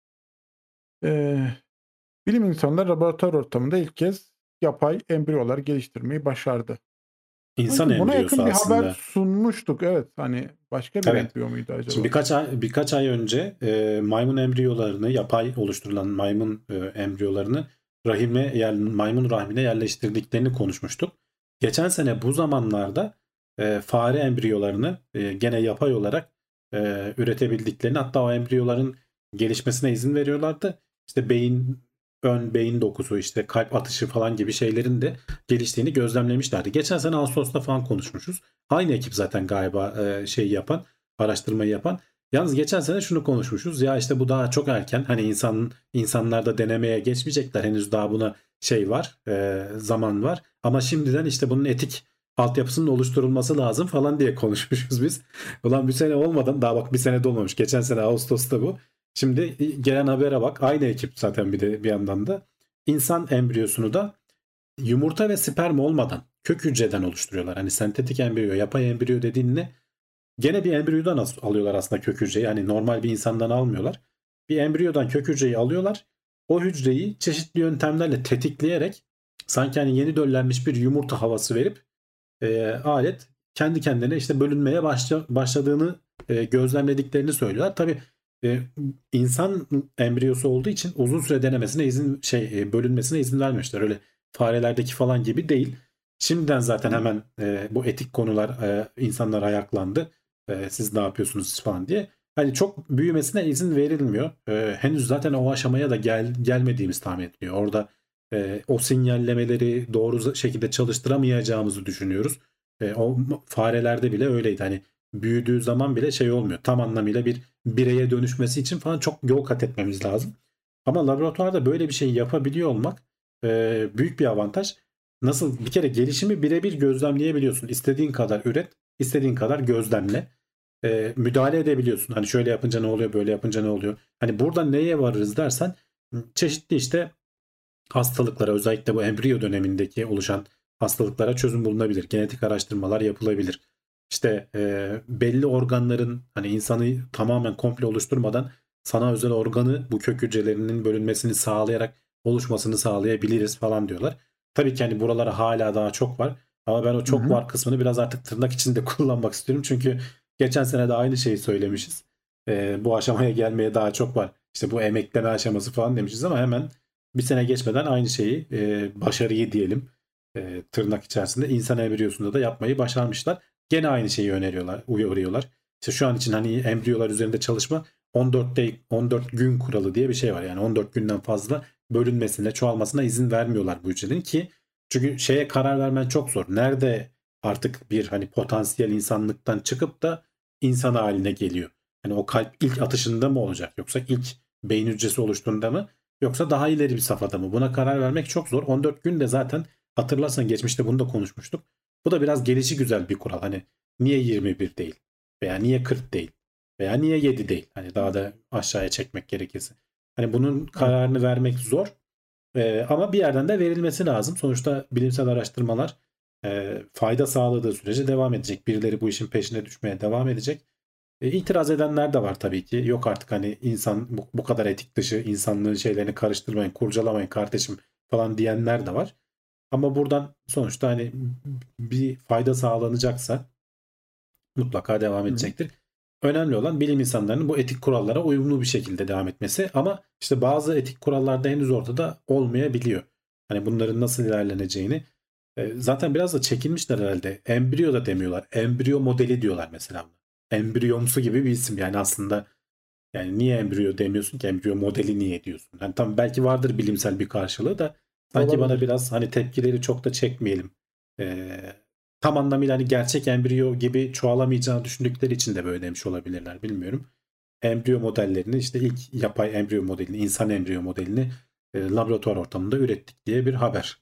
Ee, bilim insanları laboratuvar ortamında ilk kez yapay embriyolar geliştirmeyi başardı. İnsan Sanki buna embriyosu yakın bir haber aslında. sunmuştuk. Evet, hani başka bir Evet. embriyo muydu Şimdi acaba? birkaç ay birkaç ay önce e, maymun embriyolarını, yapay oluşturulan maymun e, embriyolarını rahime yer, maymun rahmine yerleştirdiklerini konuşmuştuk. Geçen sene bu zamanlarda e, fare embriyolarını e, gene yapay olarak e, üretebildiklerini, hatta o embriyoların gelişmesine izin veriyorlardı. İşte beyin ön beyin dokusu, işte kalp atışı falan gibi şeylerin de geliştiğini gözlemlemişlerdi. Geçen sene Ağustos'ta falan konuşmuşuz. Aynı ekip zaten galiba e, şey yapan, araştırmayı yapan. Yalnız geçen sene şunu konuşmuşuz. Ya işte bu daha çok erken. Hani insan insanlarda denemeye geçmeyecekler. Henüz daha buna şey var, e, zaman var. Ama şimdiden işte bunun etik altyapısının oluşturulması lazım falan diye konuşmuşuz biz. Ulan bir sene olmadan, daha bak bir sene de olmamış. Geçen sene Ağustos'ta bu. Şimdi gelen habere bak. Aynı ekip zaten bir de bir yandan da. İnsan embriyosunu da yumurta ve sperm olmadan kök hücreden oluşturuyorlar. Hani sentetik embriyo, yapay embriyo dediğin gene bir embriyodan as- alıyorlar aslında kök hücreyi. Yani normal bir insandan almıyorlar. Bir embriyodan kök hücreyi alıyorlar. O hücreyi çeşitli yöntemlerle tetikleyerek sanki hani yeni döllenmiş bir yumurta havası verip e, alet kendi kendine işte bölünmeye başla, başladığını e, gözlemlediklerini söylüyorlar. Tabii e, insan embriyosu olduğu için uzun süre denemesine izin şey e, bölünmesine izin vermişler. Öyle farelerdeki falan gibi değil. Şimdiden zaten hemen e, bu etik konular e, insanlar ayaklandı. E, siz ne yapıyorsunuz falan diye. Hani çok büyümesine izin verilmiyor. E, henüz zaten o aşamaya da gel, gelmediğimiz tahmin ediliyor. Orada e, o sinyallemeleri doğru şekilde çalıştıramayacağımızı düşünüyoruz. E, o farelerde bile öyleydi. Hani büyüdüğü zaman bile şey olmuyor. Tam anlamıyla bir bireye dönüşmesi için falan çok yol kat etmemiz lazım. Ama laboratuvarda böyle bir şey yapabiliyor olmak e, büyük bir avantaj. Nasıl bir kere gelişimi birebir gözlemleyebiliyorsun. İstediğin kadar üret, istediğin kadar gözlemle. E, müdahale edebiliyorsun. Hani şöyle yapınca ne oluyor, böyle yapınca ne oluyor. Hani burada neye varırız dersen çeşitli işte hastalıklara, özellikle bu embriyo dönemindeki oluşan hastalıklara çözüm bulunabilir. Genetik araştırmalar yapılabilir. İşte e, belli organların hani insanı tamamen komple oluşturmadan sana özel organı bu kök hücrelerinin bölünmesini sağlayarak oluşmasını sağlayabiliriz falan diyorlar. Tabii ki hani buralara hala daha çok var. Ama ben o Hı çok hı. var kısmını biraz artık tırnak içinde kullanmak istiyorum. Çünkü geçen sene de aynı şeyi söylemişiz. E, bu aşamaya gelmeye daha çok var. İşte bu emekleme aşaması falan demişiz ama hemen bir sene geçmeden aynı şeyi e, başarıyı diyelim e, tırnak içerisinde insan embriyosunda da yapmayı başarmışlar. Gene aynı şeyi öneriyorlar, uyarıyorlar. İşte şu an için hani embriyolar üzerinde çalışma on dört, day, on dört gün kuralı diye bir şey var. Yani on dört günden fazla bölünmesine, çoğalmasına izin vermiyorlar bu hücrelerin ki çünkü şeye karar vermen çok zor. Nerede artık bir hani potansiyel insanlıktan çıkıp da insan haline geliyor. Hani o kalp ilk atışında mı olacak yoksa ilk beyin hücresi oluştuğunda mı? Yoksa daha ileri bir safhada mı? Buna karar vermek çok zor. on dört gün de zaten hatırlarsan geçmişte bunu da konuşmuştuk. Bu da biraz gelişi güzel bir kural. Hani niye yirmi bir değil? Veya niye kırk değil? Veya niye yedi değil? Hani daha da aşağıya çekmek gerekirse. Hani bunun Evet. kararını vermek zor. Ee, ama bir yerden de verilmesi lazım. Sonuçta bilimsel araştırmalar e, fayda sağladığı sürece devam edecek. Birileri bu işin peşine düşmeye devam edecek. E, itiraz edenler de var tabii ki. Yok artık hani insan bu, bu kadar etik dışı insanlığın şeylerini karıştırmayın, kurcalamayın kardeşim falan diyenler de var. Ama buradan sonuçta hani bir fayda sağlanacaksa mutlaka devam Hı hı. edecektir. Önemli olan bilim insanlarının bu etik kurallara uyumlu bir şekilde devam etmesi ama işte bazı etik kurallarda henüz ortada olmayabiliyor. Hani bunların nasıl ilerleneceğini e, zaten biraz da çekinmişler herhalde. Embriyo da demiyorlar. Embriyo modeli diyorlar mesela. Embriyomsu gibi bir isim yani aslında yani niye embriyo demiyorsun ki embriyo modeli niye diyorsun? Yani tam belki vardır bilimsel bir karşılığı da sanki bana Olabilir. biraz hani tepkileri çok da çekmeyelim. Ee, tam anlamıyla hani gerçek embriyo gibi çoğalamayacağını düşündükleri için de böyle demiş olabilirler bilmiyorum. Embriyo modellerini işte ilk yapay embriyo modelini, insan embriyo modelini e, laboratuvar ortamında ürettik diye bir haber.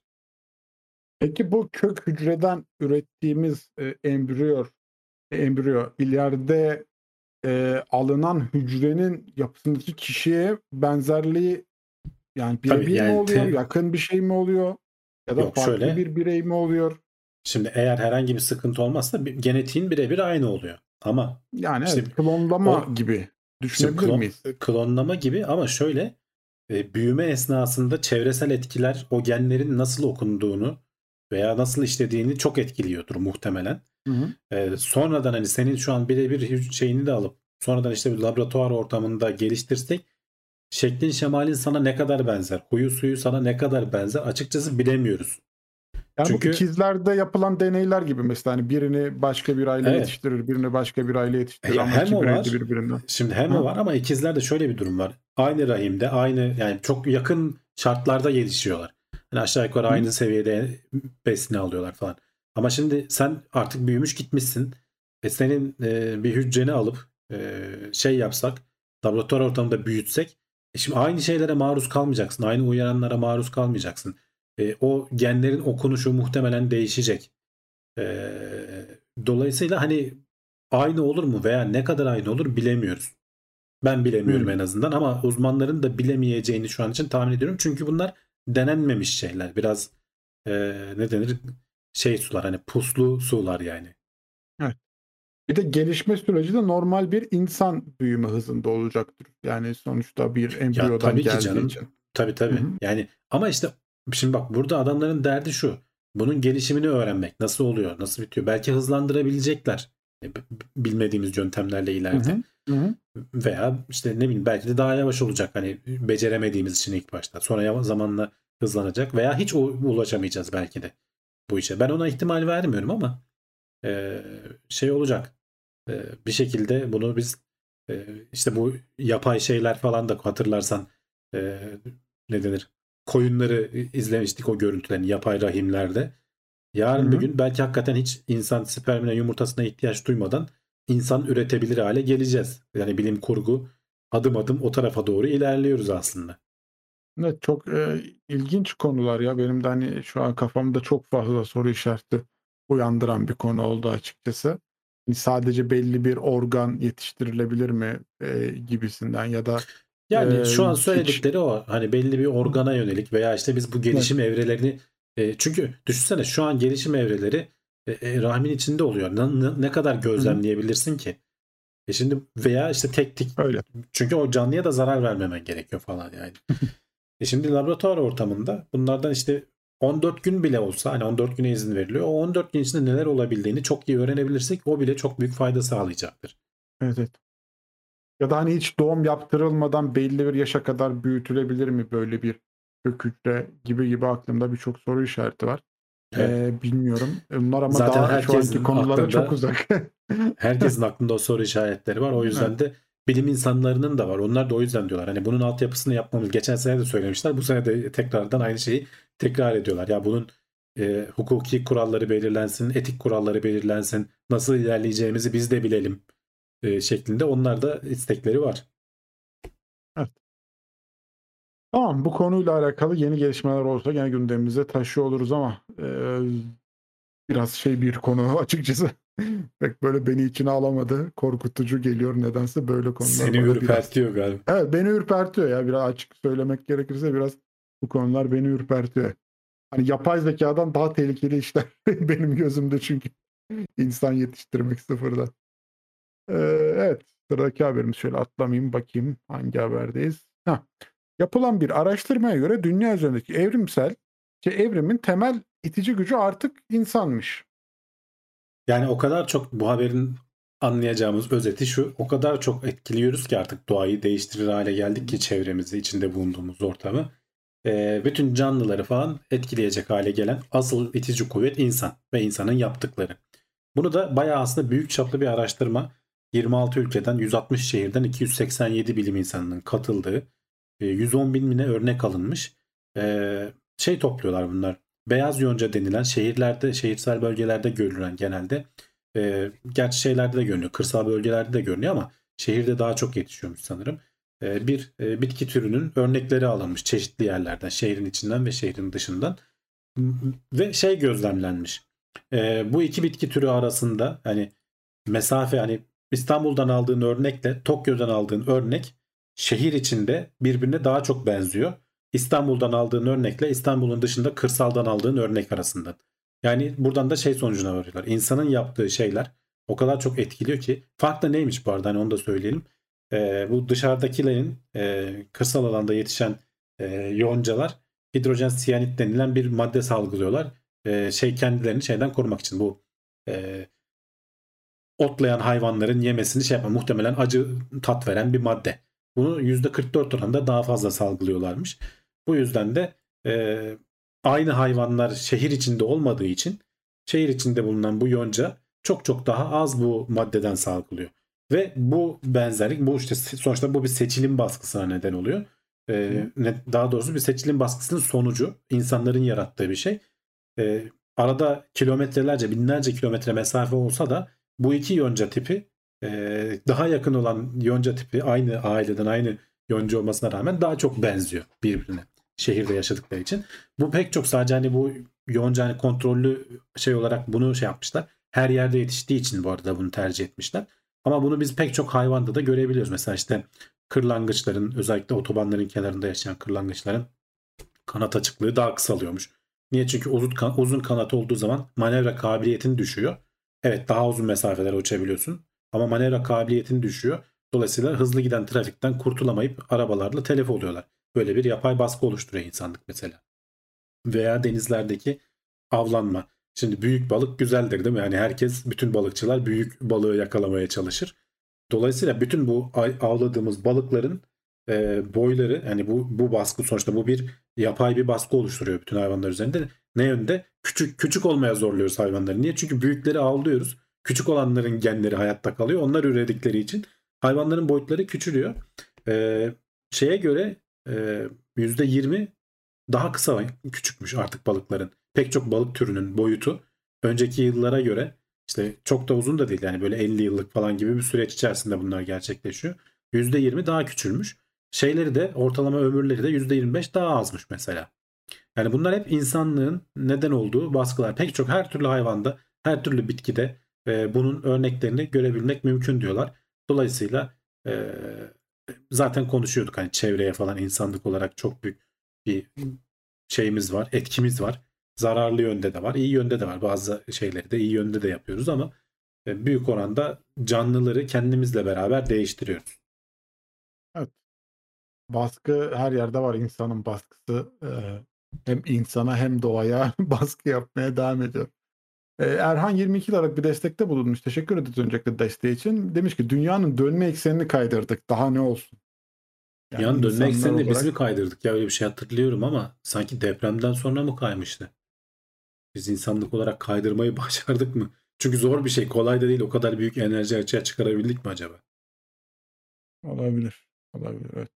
Peki bu kök hücreden ürettiğimiz e, embriyo, embriyo ileride e, alınan hücrenin yapısındaki kişiye benzerliği yani Tabii birebir mi yani oluyor? te- Yakın bir şey mi oluyor? Ya da Yok, farklı şöyle. bir birey mi oluyor? Şimdi eğer herhangi bir sıkıntı olmazsa bir- genetiğin birebir aynı oluyor. Ama Yani işte evet, klonlama o gibi işte düşünebilir klon, miyiz? klonlama gibi ama şöyle e, büyüme esnasında çevresel etkiler o genlerin nasıl okunduğunu veya nasıl işlediğini çok etkiliyordur muhtemelen. Hı hı. E, sonradan hani senin şu an birebir hü- şeyini de alıp sonradan işte bir laboratuvar ortamında geliştirsek şeklin şemalin sana ne kadar benzer, huyu suyu sana ne kadar benzer açıkçası bilemiyoruz. Yani bu Çünkü ikizlerde yapılan deneyler gibi mesela hani birini başka bir aile evet, yetiştirir, birini başka bir aile yetiştirir ya ama hem iki o birey de var, birbirinden. şimdi hem o Hı var ama ikizlerde şöyle bir durum var. Aynı rahimde, aynı yani çok yakın şartlarda gelişiyorlar. Yani aşağı yukarı hı. aynı seviyede besini alıyorlar falan. Ama şimdi sen artık büyümüş gitmişsin. E senin e, bir hücreni alıp e, şey yapsak, laboratuvar ortamında büyütsek, e şimdi aynı şeylere maruz kalmayacaksın. Aynı uyaranlara maruz kalmayacaksın. E, o genlerin okunuşu muhtemelen değişecek. E, dolayısıyla hani aynı olur mu veya ne kadar aynı olur bilemiyoruz. Ben bilemiyorum Hı. en azından ama uzmanların da bilemeyeceğini şu an için tahmin ediyorum. Çünkü bunlar denenmemiş şeyler. Biraz e, ne denir? Şey sular hani puslu sular yani. Evet. Bir de gelişme süreci de normal bir insan büyüme hızında olacaktır. Yani sonuçta bir Ya embriyodan tabii ki geldiği canım. için. Tabii Hı tabii. hı. Yani ama işte şimdi bak burada adamların derdi şu. Bunun gelişimini öğrenmek. Nasıl oluyor? Nasıl bitiyor? Belki hızlandırabilecekler. E, b- b- Bilmediğimiz yöntemlerle Hı ileride. hı. Hı hı. Veya işte ne bileyim belki de daha yavaş olacak hani beceremediğimiz için ilk başta. Sonra yava- zamanla hızlanacak veya hiç u- ulaşamayacağız belki de bu işe. Ben ona ihtimal vermiyorum ama e, şey olacak. E, bir şekilde bunu biz e, işte bu yapay şeyler falan da hatırlarsan e, ne denir? Koyunları izlemiştik o görüntülerini yapay rahimlerde. Hı Yarın bir hı. gün belki hakikaten hiç insan spermine yumurtasına ihtiyaç duymadan insan üretebilir hale geleceğiz. Yani bilim kurgu adım adım o tarafa doğru ilerliyoruz aslında. Evet, çok e, ilginç konular ya. Benim de hani şu an kafamda çok fazla soru işareti uyandıran bir konu oldu açıkçası. Hani sadece belli bir organ yetiştirilebilir mi e, gibisinden ya da Yani e, şu an hiç. söyledikleri o. Hani belli bir organa yönelik veya işte biz bu Evet. gelişim evrelerini e, çünkü düşünsene şu an gelişim evreleri e, e, rahmin içinde oluyor. Ne, ne- ne kadar Hı hı. gözlemleyebilirsin ki? E şimdi veya işte tek tek Öyle. çünkü o canlıya da zarar vermemen gerekiyor falan yani. E şimdi laboratuvar ortamında bunlardan işte on dört gün bile olsa hani on dört güne izin veriliyor. O on dört gün içinde neler olabildiğini çok iyi öğrenebilirsek o bile çok büyük fayda sağlayacaktır. Evet, evet. Ya da hani hiç doğum yaptırılmadan belli bir yaşa kadar büyütülebilir mi böyle bir kök hücre gibi gibi aklımda birçok soru işareti var. Evet. E, bilmiyorum. Bunlar ama Zaten daha şu anki herkesin konulara çok aklında uzak. herkesin aklında o soru işaretleri var. O Evet. yüzden de bilim insanlarının da var. Onlar da o yüzden diyorlar. Hani bunun altyapısını yapmamız. Geçen sene de söylemişler. Bu sene de tekrardan aynı şeyi tekrar ediyorlar. Ya bunun e, hukuki kuralları belirlensin, etik kuralları belirlensin. Nasıl ilerleyeceğimizi biz de bilelim e, şeklinde onlar da istekleri var. Evet. Tamam, bu konuyla alakalı yeni gelişmeler olursa gene gündemimize taşıyor oluruz ama eee, biraz şey bir konu açıkçası. Pek böyle beni içine alamadı. Korkutucu geliyor nedense böyle konular Seni bana biraz. ürpertiyor galiba. Evet, beni ürpertiyor ya, biraz açık söylemek gerekirse biraz bu konular beni ürpertiyor. Hani yapay zekadan daha tehlikeli işler benim gözümde çünkü insan yetiştirmek sıfırdan. Eee, evet, sıradaki haberimiz şöyle atlamayayım bakayım hangi haberdeyiz. Heh. Yapılan bir araştırmaya göre dünya üzerindeki evrimsel şey, evrimin temel itici gücü artık insanmış. Yani o kadar çok bu haberin anlayacağımız özeti şu. O kadar çok etkiliyoruz ki artık doğayı değiştirir hale geldik ki çevremizi, içinde bulunduğumuz ortamı. Ee, bütün canlıları falan etkileyecek hale gelen asıl itici kuvvet insan ve insanın yaptıkları. Bunu da bayağı aslında büyük çaplı bir araştırma. yirmi altı ülkeden yüz altmış şehirden iki yüz seksen yedi bilim insanının katıldığı e, yüz on bin bine örnek alınmış. Ee, şey topluyorlar bunlar. Beyaz yonca denilen şehirlerde, şehirsel bölgelerde görülen genelde. E, gerçi şeylerde de görünüyor. Kırsal bölgelerde de görünüyor ama şehirde daha çok yetişiyormuş sanırım. E, bir e, bitki türünün örnekleri alınmış çeşitli yerlerden. Şehrin içinden ve şehrin dışından. Ve şey gözlemlenmiş. E, bu iki bitki türü arasında hani mesafe hani İstanbul'dan aldığın örnekle Tokyo'dan aldığın örnek şehir içinde birbirine daha çok benziyor. İstanbul'dan aldığın örnekle İstanbul'un dışında kırsaldan aldığın örnek arasından. Yani buradan da şey sonucuna varıyorlar. İnsanın yaptığı şeyler o kadar çok etkiliyor ki. Fark da neymiş bu arada, hani onu da söyleyelim. Ee, bu dışarıdakilerin e, kırsal alanda yetişen e, yoncalar hidrojen siyanit denilen bir madde salgılıyorlar. E, şey kendilerini şeyden korumak için, bu e, otlayan hayvanların yemesini şey yapma, muhtemelen acı tat veren bir madde. Bunu yüzde kırk dört oranında daha fazla salgılıyorlarmış. Bu yüzden de e, aynı hayvanlar şehir içinde olmadığı için şehir içinde bulunan bu yonca çok çok daha az bu maddeden salgılıyor. Ve bu benzerlik, bu işte sonuçta bu bir seçilim baskısına neden oluyor. E, ne, daha doğrusu bir seçilim baskısının sonucu, insanların yarattığı bir şey. E, arada kilometrelerce, binlerce kilometre mesafe olsa da bu iki yonca tipi e, daha yakın olan yonca tipi, aynı aileden aynı yonca olmasına rağmen daha çok benziyor birbirine şehirde yaşadıkları için. Bu pek çok, sadece hani bu yonca hani kontrollü şey olarak bunu şey yapmışlar. Her yerde yetiştiği için bu arada bunu tercih etmişler. Ama bunu biz pek çok hayvanda da görebiliyoruz. Mesela işte kırlangıçların, özellikle otobanların kenarında yaşayan kırlangıçların kanat açıklığı daha kısalıyormuş. Niye? Çünkü uzun, kan- uzun kanat olduğu zaman manevra kabiliyetin düşüyor. Evet, daha uzun mesafeler uçabiliyorsun ama manevra kabiliyetin düşüyor. Dolayısıyla hızlı giden trafikten kurtulamayıp arabalarla telef oluyorlar. Böyle bir yapay baskı oluşturuyor insanlık mesela. Veya denizlerdeki avlanma. Şimdi büyük balık güzeldir değil mi? Yani herkes, bütün balıkçılar büyük balığı yakalamaya çalışır. Dolayısıyla bütün bu ay- avladığımız balıkların e, boyları, yani bu bu baskı, sonuçta bu bir yapay bir baskı oluşturuyor bütün hayvanlar üzerinde. Ne yönde? Küçük küçük olmaya zorluyoruz hayvanları. Niye? Çünkü büyükleri avlıyoruz. Küçük olanların genleri hayatta kalıyor. Onlar üredikleri için hayvanların boyutları küçülüyor. E, şeye göre e, yüzde yirmi daha kısa, küçükmüş artık balıkların. Pek çok balık türünün boyutu önceki yıllara göre, işte çok da uzun da değil, yani böyle elli yıllık falan gibi bir süreç içerisinde bunlar gerçekleşiyor. yüzde yirmi daha küçülmüş. Şeyleri de, ortalama ömürleri de yüzde yirmi beş daha azmış mesela. Yani bunlar hep insanlığın neden olduğu baskılar. Pek çok, her türlü hayvanda, her türlü bitkide e, bunun örneklerini görebilmek mümkün diyorlar. Dolayısıyla e, zaten konuşuyorduk, hani çevreye falan insanlık olarak çok büyük bir şeyimiz var, etkimiz var. Zararlı yönde de var, iyi yönde de var. Bazı şeyleri de iyi yönde de yapıyoruz ama e, büyük oranda canlıları kendimizle beraber değiştiriyoruz. Evet. Baskı her yerde var. İnsanın baskısı eee, hem insana hem doğaya baskı yapmaya devam ediyor. Eee, Erhan yirmi iki liralık bir destekte bulunmuş. Teşekkür ederiz öncelikle desteği için. Demiş ki dünyanın dönme eksenini kaydırdık. Daha ne olsun? Yani Yani dönme insanlar eksenini biz mi olarak kaydırdık ya, öyle bir şey hatırlıyorum ama sanki depremden sonra mı kaymıştı? Biz insanlık olarak kaydırmayı başardık mı? Çünkü zor bir şey, kolay da değil. O kadar büyük enerji açığa çıkarabildik mi acaba? olabilir. Olabilir, evet.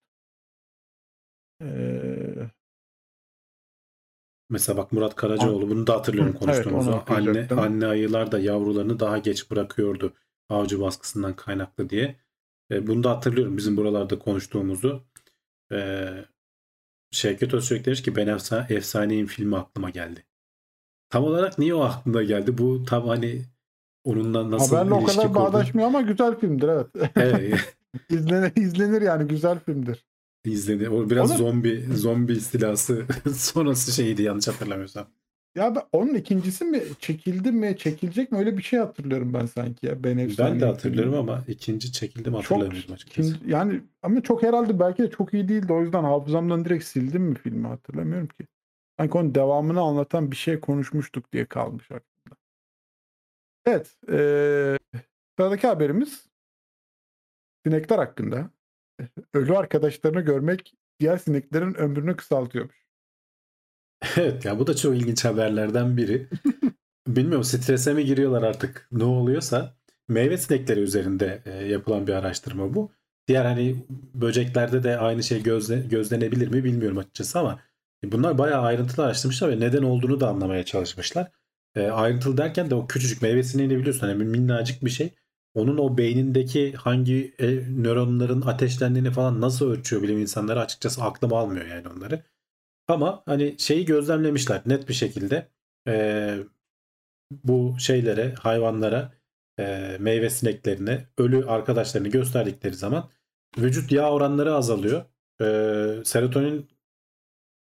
Eee, Mesela bak, Murat an- Karacaoğlu, bunu da hatırlıyorum Hı, evet, onu konuştuğumuzu. Anne okuyacaktım. anne ayılar da yavrularını daha geç bırakıyordu avcı baskısından kaynaklı diye. E, bunu da hatırlıyorum bizim buralarda konuştuğumuzu. E, Şevket Özçelik demiş ki ben efsa efsaneyim filmi aklıma geldi. Tam olarak niye o aklına geldi? Bu tam hani onunla nasıl Haberle o ilişki kadar kurdu? bağdaşmıyor ama güzel filmdir, evet. Evet, İzlenir, izlenir yani, güzel filmdir. izledi. O biraz Onun zombi zombi istilası sonrası şeydi, yanlış hatırlamıyorsam. ya ben, onun ikincisi mi çekildi mi çekilecek mi, öyle bir şey hatırlıyorum ben sanki ya, Ben Ben de Efsaneyim hatırlıyorum filmini. ama ikinci çekildi mi Çok hatırlamıyorum açıkçası. kim yani, ama çok herhalde belki de çok iyi değildi, o yüzden hafızamdan direkt sildim mi filmi, hatırlamıyorum ki. Sanki onun devamını anlatan bir şey konuşmuştuk diye kalmış aklımda. Evet, eee, sıradaki haberimiz sinekler hakkında. Ölü arkadaşlarını görmek diğer sineklerin ömrünü kısaltıyormuş. Evet ya, bu da çok ilginç haberlerden biri. Bilmiyorum, strese mi giriyorlar artık, ne oluyorsa. Meyve sinekleri üzerinde e, yapılan bir araştırma bu. Diğer hani böceklerde de aynı şey gözle, gözlenebilir mi bilmiyorum açıkçası ama bunlar bayağı ayrıntılı araştırmışlar ve neden olduğunu da anlamaya çalışmışlar. E, ayrıntılı derken de o küçücük meyve sineğini biliyorsun, hani minnacık bir şey. Onun o beynindeki hangi e, nöronların ateşlendiğini falan nasıl ölçüyor bilim insanları, açıkçası aklım almıyor yani onları. Ama hani şeyi gözlemlemişler net bir şekilde. E, Bu şeylere, hayvanlara, e, meyve sineklerine ölü arkadaşlarını gösterdikleri zaman vücut yağ oranları azalıyor. E, serotonin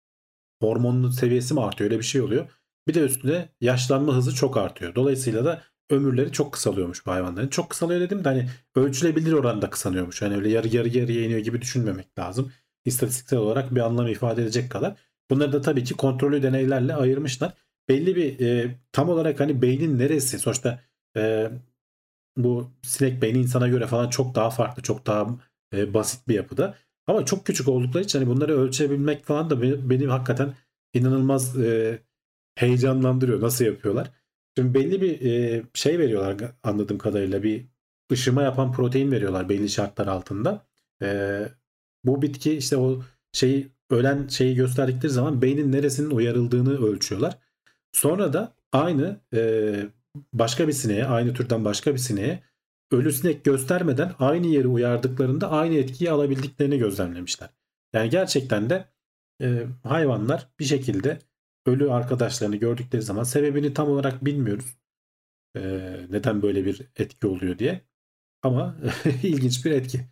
hormonun seviyesi mi artıyor, öyle bir şey oluyor. Bir de üstüne yaşlanma hızı çok artıyor. Dolayısıyla da ömürleri çok kısalıyormuş bu hayvanların. Çok kısalıyor dedim de hani ölçülebilir oranda kısalıyormuş. Hani öyle yarı yarı yarıya iniyor gibi düşünmemek lazım. İstatistiksel olarak bir anlam ifade edecek kadar. Bunları da tabii ki kontrollü deneylerle ayırmışlar. Belli bir e, tam olarak hani beynin neresi sonuçta e, bu sinek beyni insana göre falan çok daha farklı, çok daha e, basit bir yapıda. Ama çok küçük oldukları için hani bunları ölçebilmek falan da beni, beni hakikaten inanılmaz e, heyecanlandırıyor. Nasıl yapıyorlar? Şimdi belli bir e, şey veriyorlar anladığım kadarıyla, bir ışıma yapan protein veriyorlar belli şartlar altında. E, bu bitki işte o şeyi ölen şeyi gösterdikleri zaman beynin neresinin uyarıldığını ölçüyorlar. Sonra da aynı e, başka bir sineğe, aynı türden başka bir sineğe ölü sinek göstermeden aynı yeri uyardıklarında aynı etkiyi alabildiklerini gözlemlemişler. Yani gerçekten de e, hayvanlar bir şekilde ölü arkadaşlarını gördükleri zaman, sebebini tam olarak bilmiyoruz. E, neden böyle bir etki oluyor diye. Ama ilginç bir etki.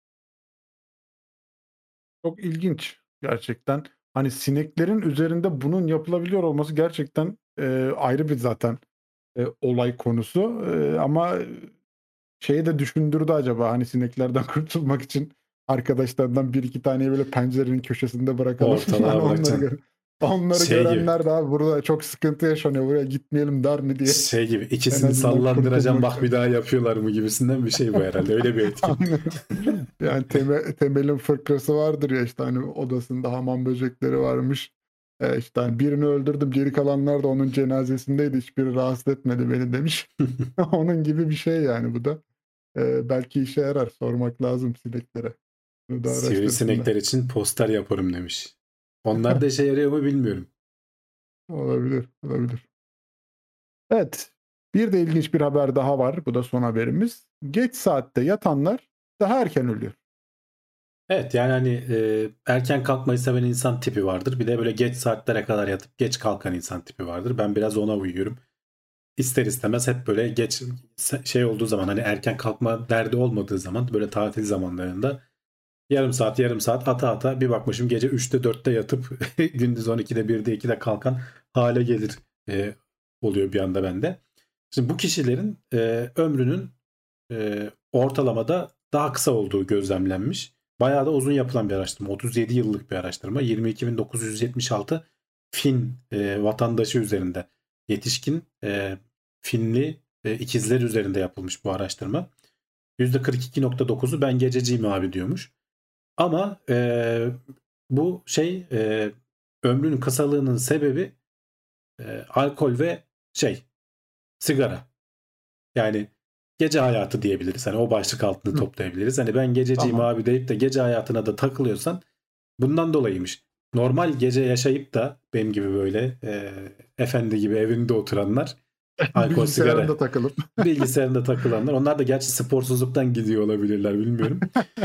Çok ilginç gerçekten. Hani sineklerin üzerinde bunun yapılabiliyor olması gerçekten e, ayrı bir zaten e, olay konusu. E, ama şeyi de düşündürdü acaba hani sineklerden kurtulmak için arkadaşlardan bir iki taneyi böyle pencerenin köşesinde bırakalım. Hani Ortalığa onları, bırakacaksın. gör- onları Şey gibi. görenler de abi burada çok sıkıntı yaşanıyor buraya gitmeyelim der mi diye Şey gibi, en ikisini azından sallandıracağım, kurtulmak bak için. bir daha yapıyorlar mı gibisinden bir şey bu herhalde. Öyle bir etki. Aynen. Yani Teme- Temel'in fıkrası vardır ya işte hani odasında hamam böcekleri varmış. E, işte hani birini öldürdüm geri kalanlar da onun cenazesindeydi hiçbiri rahatsız etmedi beni demiş. Onun gibi bir şey yani bu da. E, belki işe yarar sormak lazım sineklere. Bunu da araştırsınlar. Sivrisinekler için poster yaparım demiş. Onlar da işe yarıyor mu bilmiyorum. Olabilir, olabilir. Evet, bir de ilginç bir haber daha var. Bu da son haberimiz. Geç saatte yatanlar daha erken ölüyor. Evet yani hani e, erken kalkmayı seven insan tipi vardır. Bir de böyle geç saatlere kadar yatıp geç kalkan insan tipi vardır. Ben biraz ona uyuyorum. İster istemez hep böyle geç şey olduğu zaman, hani erken kalkma derdi olmadığı zaman, böyle tatil zamanlarında yarım saat yarım saat ata ata bir bakmışım gece üçte dörtte yatıp gündüz on ikide birde ikide kalkan hale gelir e, oluyor bir anda bende. Şimdi bu kişilerin e, ömrünün e, ortalamada daha kısa olduğu gözlemlenmiş. Bayağı da uzun yapılan bir araştırma. otuz yedi yıllık bir araştırma. yirmi iki bin dokuz yüz yetmiş altı Fin e, vatandaşı üzerinde, yetişkin e, Finli e, ikizler üzerinde yapılmış bu araştırma. yüzde kırk iki nokta dokuzu ben gececiyim abi diyormuş. Ama e, bu şey e, ömrünün kısalığının sebebi e, alkol ve şey sigara. Yani gece hayatı diyebiliriz. Hani o başlık altında Hı, toplayabiliriz. Hani ben gececiyim tamam. abi deyip de gece hayatına da takılıyorsan bundan dolayıymış. Normal gece yaşayıp da benim gibi böyle e, efendi gibi evinde oturanlar, alkol, sigara, Bilgisayarında takılıp. bilgisayarında takılanlar, onlar da gerçi sporsuzluktan gidiyor olabilirler, bilmiyorum.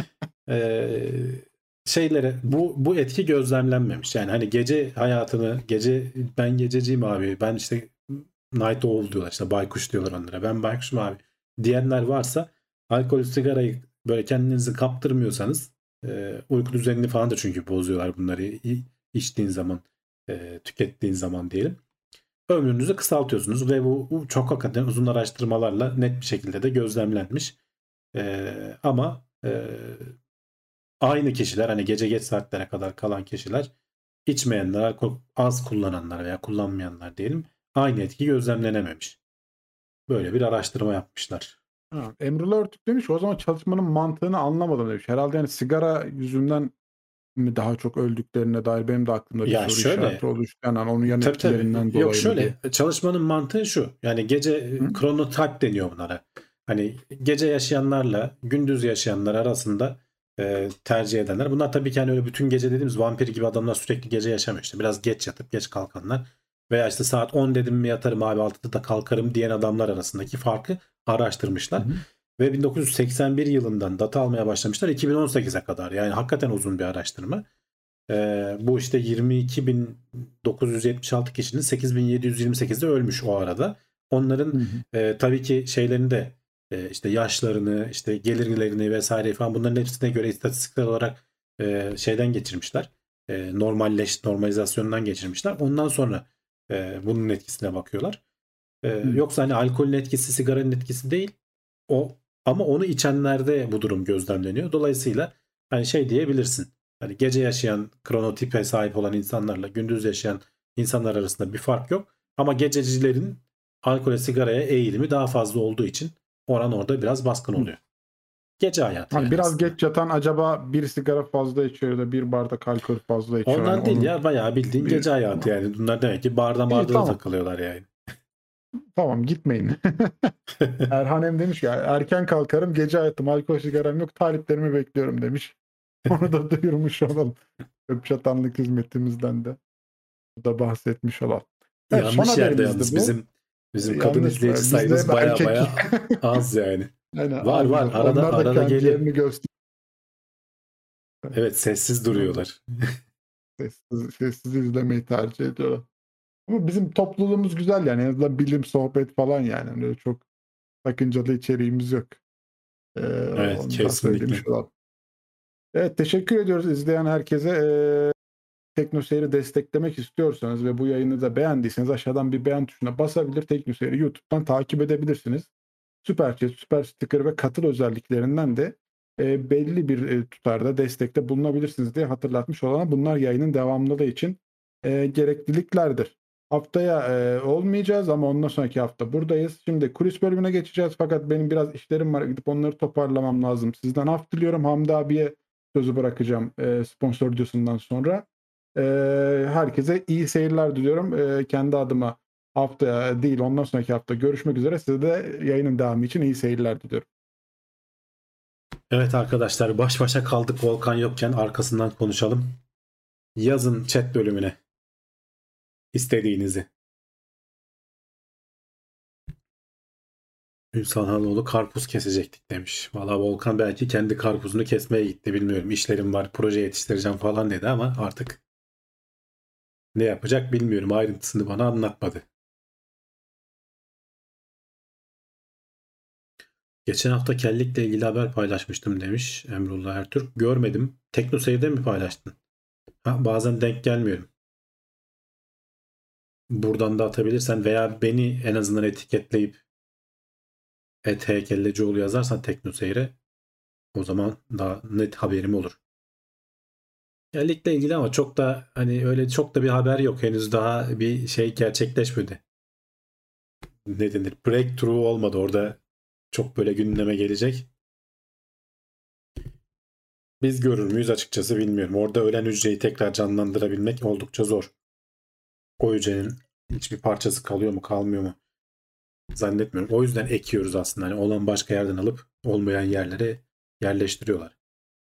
E, şeylere bu bu etki gözlemlenmemiş. Yani hani gece hayatını, gece ben gececiyim abi, ben işte night owl diyorlar, işte baykuş diyorlar onlara, ben baykuşum abi diyenler varsa, alkol sigarayı böyle kendinizi kaptırmıyorsanız, e, uyku düzenini falan da çünkü bozuyorlar bunları i- içtiğin zaman, e, tükettiğin zaman diyelim. Ömrünüzü kısaltıyorsunuz ve bu, bu çok hakikaten uzun araştırmalarla net bir şekilde de gözlemlenmiş. E, ama e, aynı kişiler, hani gece geç saatlere kadar kalan kişiler, içmeyenler, alkol az kullananlar veya kullanmayanlar diyelim, aynı etki gözlemlenememiş. Böyle bir araştırma yapmışlar. Ha, Emrullah Örtük demiş ki, o zaman çalışmanın mantığını anlamadım demiş. Herhalde yani sigara yüzünden mi daha çok öldüklerine dair benim de aklımda bir Ya soru işareti şöyle, oluştu. Yani onun yan tabii etkilerinden tabii, yok dolayı mı diye. şöyle, çalışmanın mantığı şu. Yani gece Hı? kronotype deniyor bunlara. Hani gece yaşayanlarla gündüz yaşayanlar arasında e, tercih edenler. Bunlar tabii ki hani öyle bütün gece dediğimiz vampir gibi adamlar sürekli gece yaşamıyor. İşte biraz geç yatıp geç kalkanlar veya işte saat on dedim mi yatarım abi, altıda da kalkarım diyen adamlar arasındaki farkı Hı araştırmışlar. hı. Ve bin dokuz yüz seksen bir yılından data almaya başlamışlar iki bin on sekize kadar. Yani hakikaten uzun bir araştırma. Ee, bu işte yirmi iki bin dokuz yüz yetmiş altı kişinin sekiz bin yedi yüz yirmi sekizde ölmüş o arada. Onların Hı hı. e, tabii ki şeylerini de e, işte yaşlarını, işte gelirlerini vesaire falan, bunların hepsine göre istatistiksel olarak e, şeyden geçirmişler. e, normalleş normalizasyondan geçirmişler. Ondan sonra e, bunun etkisine bakıyorlar. E, Hı. yoksa hani alkolün etkisi sigaranın etkisi değil. O ama onu içenlerde bu durum gözlemleniyor. Dolayısıyla hani şey diyebilirsin. Hani gece yaşayan kronotipe sahip olan insanlarla gündüz yaşayan insanlar arasında bir fark yok. Ama gececilerin alkole sigaraya eğilimi daha fazla olduğu için oran orada biraz baskın Hı. oluyor. Gece hayatı Hani yani biraz aslında. geç yatan acaba bir sigara fazla içiyor ya da bir bardak alkol fazla içiyor. Hani Ondan değil onun ya, bayağı bildiğin bir gece hayatı yani. Bunlar demek ki barda İyi, barda da tamam. takılıyorlar yani. Tamam, gitmeyin. Erhanem demiş ki erken kalkarım, gece hayatım, alkol sigaram yok, taliplerimi bekliyorum demiş. Onu da duyurmuş olalım. Öpçatanlık hizmetimizden de bu da bahsetmiş olalım. Evet, son Yanlış yerde haberimizdi yalnız, bu. bizim bizim kadın Yanlış izleyici mı? Bizde hep sayımız baya erkek. baya az yani. Yani Var var, azdır. arada Onlar da arada geliyor. kendilerini gösteriyor. Evet, sessiz Onlar da duruyorlar. sessiz, sessiz izlemeyi tercih ediyorlar. Ama bizim topluluğumuz güzel yani. En azından bilim, sohbet falan yani. Hani öyle çok sakıncalı içeriğimiz yok. Ee, Evet, onu da kesinlikle. söylemiş olalım. Evet, teşekkür ediyoruz izleyen herkese. Ee, TeknoSeyir'i desteklemek istiyorsanız ve bu yayını da beğendiyseniz aşağıdan bir beğen tuşuna basabilir. TeknoSeyir'i YouTube'dan takip edebilirsiniz. Süper Chat, Süper Sticker ve katıl özelliklerinden de e, belli bir e, tutarda destekte bulunabilirsiniz diye hatırlatmış olana, bunlar yayının devamlılığı için e, gerekliliklerdir. Haftaya e, olmayacağız ama ondan sonraki hafta buradayız. Şimdi kulis bölümüne geçeceğiz fakat benim biraz işlerim var. Gidip onları toparlamam lazım. Sizden af diliyorum. Hamdi abiye sözü bırakacağım e, sponsor videosundan sonra. E, herkese iyi seyirler diliyorum. E, kendi adıma haftaya değil ondan sonraki hafta görüşmek üzere. Size de yayının devamı için iyi seyirler diliyorum. Evet arkadaşlar, baş başa kaldık Volkan yokken, arkasından konuşalım. Yazın chat bölümüne istediğinizi. Ünsal Haloğlu karpuz kesecektik demiş. Valla Volkan belki kendi karpuzunu kesmeye gitti, bilmiyorum. İşlerim var, proje yetiştireceğim falan dedi ama artık ne yapacak bilmiyorum. Ayrıntısını bana anlatmadı. Geçen hafta kellikle ilgili haber paylaşmıştım demiş Emrullah Ertürk. Görmedim. TeknoSeyir'de mi paylaştın? Ha, bazen denk gelmiyorum. Buradan da atabilirsen veya beni en azından etiketleyip et heykellecioğlu yazarsan TeknoSeyir'e, o zaman daha net haberim olur. Kellikle ilgili ama çok da hani öyle çok da bir haber yok. Henüz daha bir şey gerçekleşmedi. Ne denir? Breakthrough olmadı orada. Çok böyle gündeme gelecek. Biz görür müyüz açıkçası bilmiyorum. Orada ölen hücreyi tekrar canlandırabilmek oldukça zor. O hücrenin hiçbir parçası kalıyor mu kalmıyor mu zannetmiyorum. O yüzden ekiyoruz aslında. Hani olan başka yerden alıp olmayan yerlere yerleştiriyorlar.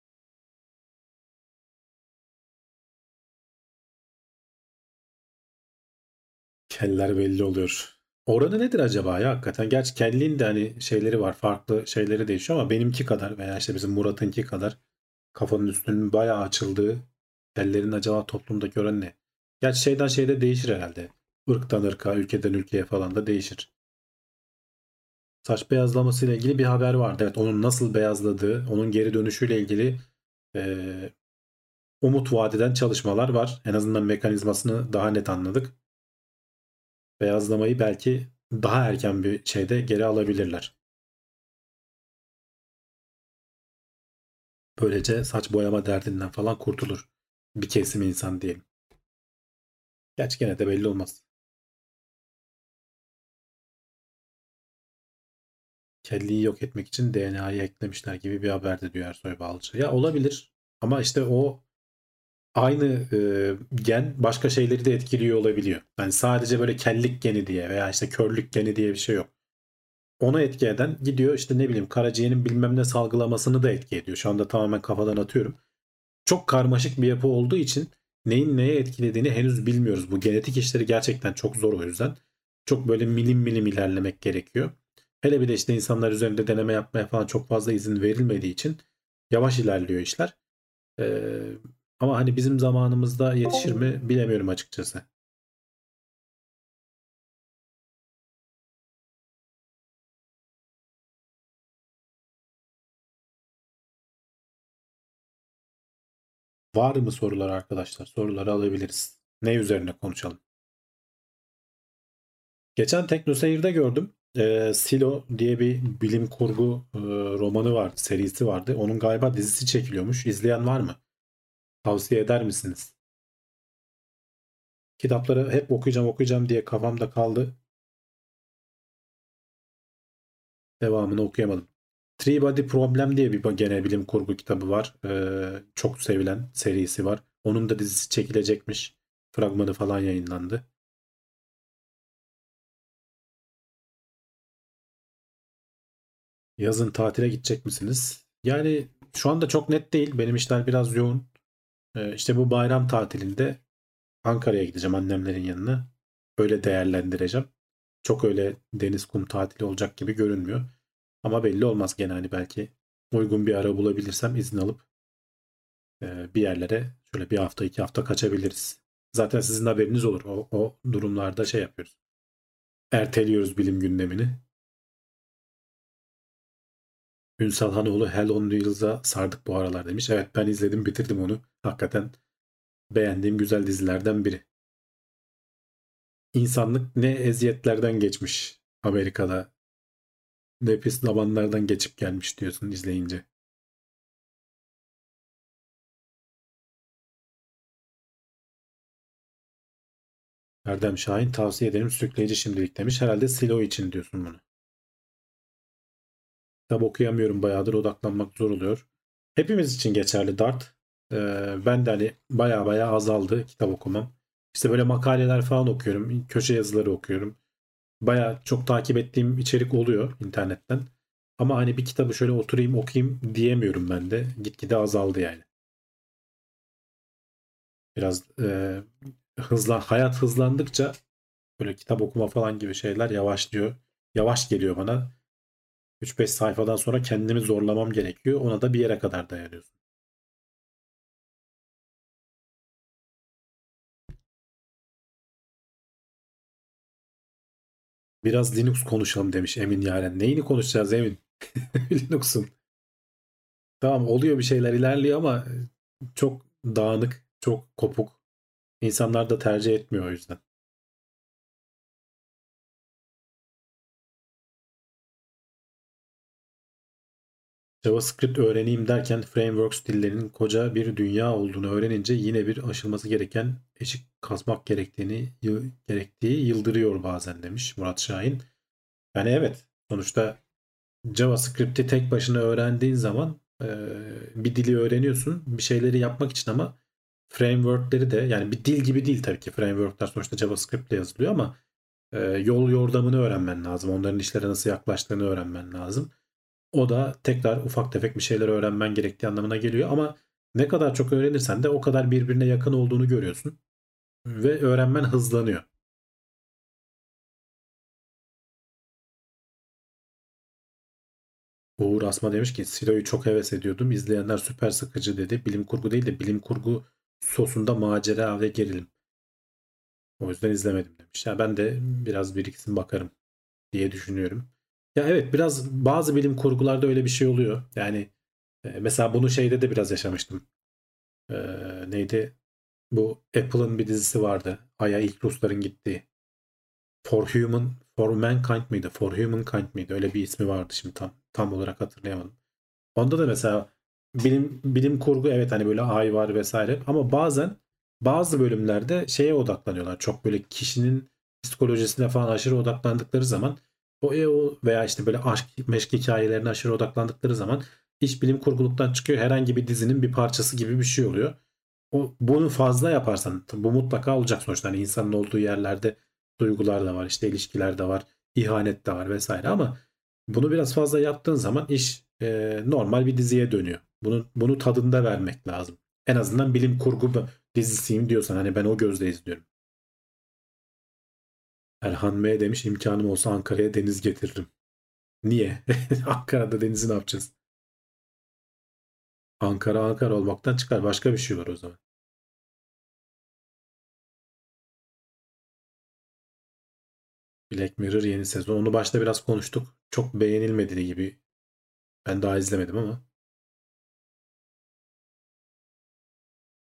Keller belli oluyor. Oranı nedir acaba ya hakikaten? Gerçi kelliğin de hani şeyleri var. Farklı şeyleri değişiyor ama benimki kadar veya işte bizim Murat'ınki kadar kafanın üstünün bayağı açıldığı kellerin acaba toplumdaki oranı ne? Gerçi şeyden şeyde değişir herhalde. Irktan ırka, ülkeden ülkeye falan da değişir. Saç beyazlaması ile ilgili bir haber vardı. Evet, onun nasıl beyazladığı, onun geri dönüşüyle ilgili eee, umut vadeden çalışmalar var. En azından mekanizmasını daha net anladık. Beyazlamayı belki daha erken bir şeyde geri alabilirler. Böylece saç boyama derdinden falan kurtulur bir kesim insan diyelim. Gerçi gene de belli olmaz. Kelliyi yok etmek için D N A'yı eklemişler gibi bir haberde diyor Ersoy Balcı. Ya olabilir ama işte o aynı e, gen başka şeyleri de etkiliyor olabiliyor. Yani sadece böyle kellik geni diye veya işte körlük geni diye bir şey yok. Ona etki eden gidiyor işte ne bileyim karaciğerin bilmem ne salgılamasını da etki ediyor. Şu anda tamamen kafadan atıyorum. Çok karmaşık bir yapı olduğu için neyin neye etkilediğini henüz bilmiyoruz. Bu genetik işleri gerçekten çok zor o yüzden. Çok böyle milim milim ilerlemek gerekiyor. Hele bir de işte insanlar üzerinde deneme yapmaya falan çok fazla izin verilmediği için yavaş ilerliyor işler. Ee, ama hani bizim zamanımızda yetişir mi bilemiyorum açıkçası. Var mı sorular arkadaşlar? Soruları alabiliriz. Ne üzerine konuşalım? Geçen TeknoSeyir'de gördüm. Ee, Silo diye bir bilim kurgu e, romanı vardı, serisi vardı. Onun galiba dizisi çekiliyormuş. İzleyen var mı? Tavsiye eder misiniz? Kitapları hep okuyacağım okuyacağım diye kafamda kaldı. Devamını okuyamadım. Three Body Problem diye bir gene bilim kurgu kitabı var. Ee, çok sevilen serisi var. Onun da dizisi çekilecekmiş. Fragmanı falan yayınlandı. Yazın tatile gidecek misiniz? Yani şu anda çok net değil. Benim işler biraz yoğun. Ee, işte bu bayram tatilinde Ankara'ya gideceğim annemlerin yanına. Öyle değerlendireceğim. Çok öyle deniz kum tatili olacak gibi görünmüyor. Ama belli olmaz gene hani belki uygun bir ara bulabilirsem izin alıp e, bir yerlere şöyle bir hafta iki hafta kaçabiliriz. Zaten sizin haberiniz olur. O, o durumlarda şey yapıyoruz. Erteliyoruz bilim gündemini. Ünsal Hanoğlu Hell on Wheels'a sardık bu aralar demiş. Evet ben izledim bitirdim onu. Hakikaten beğendiğim güzel dizilerden biri. İnsanlık ne eziyetlerden geçmiş Amerika'da. Nefis zamanlardan geçip gelmiş diyorsun izleyince. Erdem Şahin tavsiye ederim sürükleyici şimdilik demiş. Herhalde Silo için diyorsun bunu. Kitap okuyamıyorum bayağıdır odaklanmak zor oluyor. Hepimiz için geçerli Dart. Ee, ben de hani baya baya azaldı kitap okumam. İşte böyle makaleler falan okuyorum. Köşe yazıları okuyorum. Baya çok takip ettiğim içerik oluyor internetten. Ama hani bir kitabı şöyle oturayım okuyayım diyemiyorum ben de. Gitgide azaldı yani. Biraz e, hızla hayat hızlandıkça böyle kitap okuma falan gibi şeyler yavaşlıyor. Yavaş geliyor bana. üç beş sayfadan sonra kendimi zorlamam gerekiyor. Ona da bir yere kadar dayanıyorsun. Biraz Linux konuşalım demiş Emin Yaren. Neyini konuşacağız Emin? Linux'un. Tamam oluyor bir şeyler ilerliyor ama çok dağınık, çok kopuk. İnsanlar da tercih etmiyor o yüzden. JavaScript öğreneyim derken frameworks dillerinin koca bir dünya olduğunu öğrenince yine bir aşılması gereken eşik kazmak gerektiğini gerektiği yıldırıyor bazen demiş Murat Şahin. Yani evet sonuçta JavaScript'i tek başına öğrendiğin zaman e, bir dili öğreniyorsun bir şeyleri yapmak için ama framework'leri de yani bir dil gibi değil tabii ki framework'lar sonuçta JavaScript ile yazılıyor ama e, yol yordamını öğrenmen lazım. Onların işlere nasıl yaklaştığını öğrenmen lazım. O da tekrar ufak tefek bir şeyler öğrenmen gerektiği anlamına geliyor ama ne kadar çok öğrenirsen de o kadar birbirine yakın olduğunu görüyorsun ve öğrenmen hızlanıyor. Uğur Asma demiş ki Silo'yu çok heves ediyordum. İzleyenler süper sıkıcı dedi. Bilim kurgu değil de bilim kurgu sosunda macera ve gerilim. O yüzden izlemedim demiş. Ya ben de biraz biriksin bakarım diye düşünüyorum. Ya evet biraz bazı bilim kurgularda öyle bir şey oluyor. Yani e, mesela bunu şeyde de biraz yaşamıştım. E, neydi? Bu Apple'ın bir dizisi vardı. Ay'a ilk Rusların gittiği. For Human, For Mankind mıydı? For Humankind mıydı? Öyle bir ismi vardı şimdi tam tam olarak hatırlayamadım. Onda da mesela bilim bilim kurgu evet hani böyle ay var vesaire ama bazen bazı bölümlerde şeye odaklanıyorlar. Çok böyle kişinin psikolojisine falan aşırı odaklandıkları zaman o, e, o veya işte böyle aşk meşk hikayelerine aşırı odaklandıkları zaman iş bilim kurguluktan çıkıyor. Herhangi bir dizinin bir parçası gibi bir şey oluyor. O, bunu fazla yaparsan bu mutlaka olacak sonuçta. Hani insanın olduğu yerlerde duygular da var, işte ilişkiler de var, ihanet de var vesaire ama bunu biraz fazla yaptığın zaman iş e, normal bir diziye dönüyor. Bunu, bunu tadında vermek lazım. En azından bilim kurgu dizisiyim diyorsan hani ben o gözle izliyorum. Erhan M demiş imkanım olsa Ankara'ya deniz getiririm. Niye? Ankara'da denizi ne yapacağız? Ankara Ankara olmaktan çıkar. Başka bir şey var o zaman. Black Mirror yeni sezon. Onu başta biraz konuştuk. Çok beğenilmedi gibi. Ben daha izlemedim ama.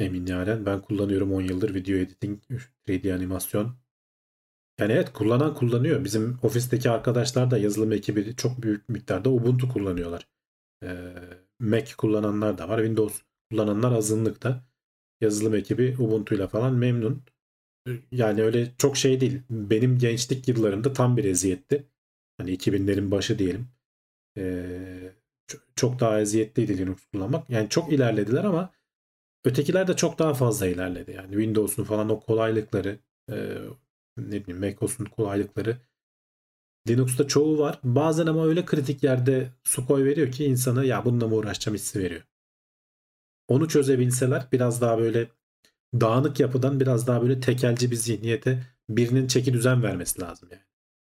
Emin Yaren. Ben kullanıyorum on yıldır video editing, üç D animasyon. Yani evet, kullanan kullanıyor. Bizim ofisteki arkadaşlar da yazılım ekibi çok büyük miktarda Ubuntu kullanıyorlar. Ee, Mac kullananlar da var. Windows kullananlar azınlıkta. Yazılım ekibi Ubuntu ile falan memnun. Yani öyle çok şey değil. Benim gençlik yıllarımda tam bir eziyetti. Hani iki binlerin başı diyelim. Ee, çok daha eziyetliydi Linux kullanmak. Yani çok ilerlediler ama ötekiler de çok daha fazla ilerledi. Yani Windows'un falan o kolaylıkları, e, ne bileyim macOS'un kolaylıkları Linux'ta çoğu var. Bazen ama öyle kritik yerde su koy veriyor ki insana ya bununla mı uğraşacağım hissi veriyor. Onu çözebilseler biraz daha böyle dağınık yapıdan biraz daha böyle tekelci bir zihniyete birinin çeki düzen vermesi lazım yani.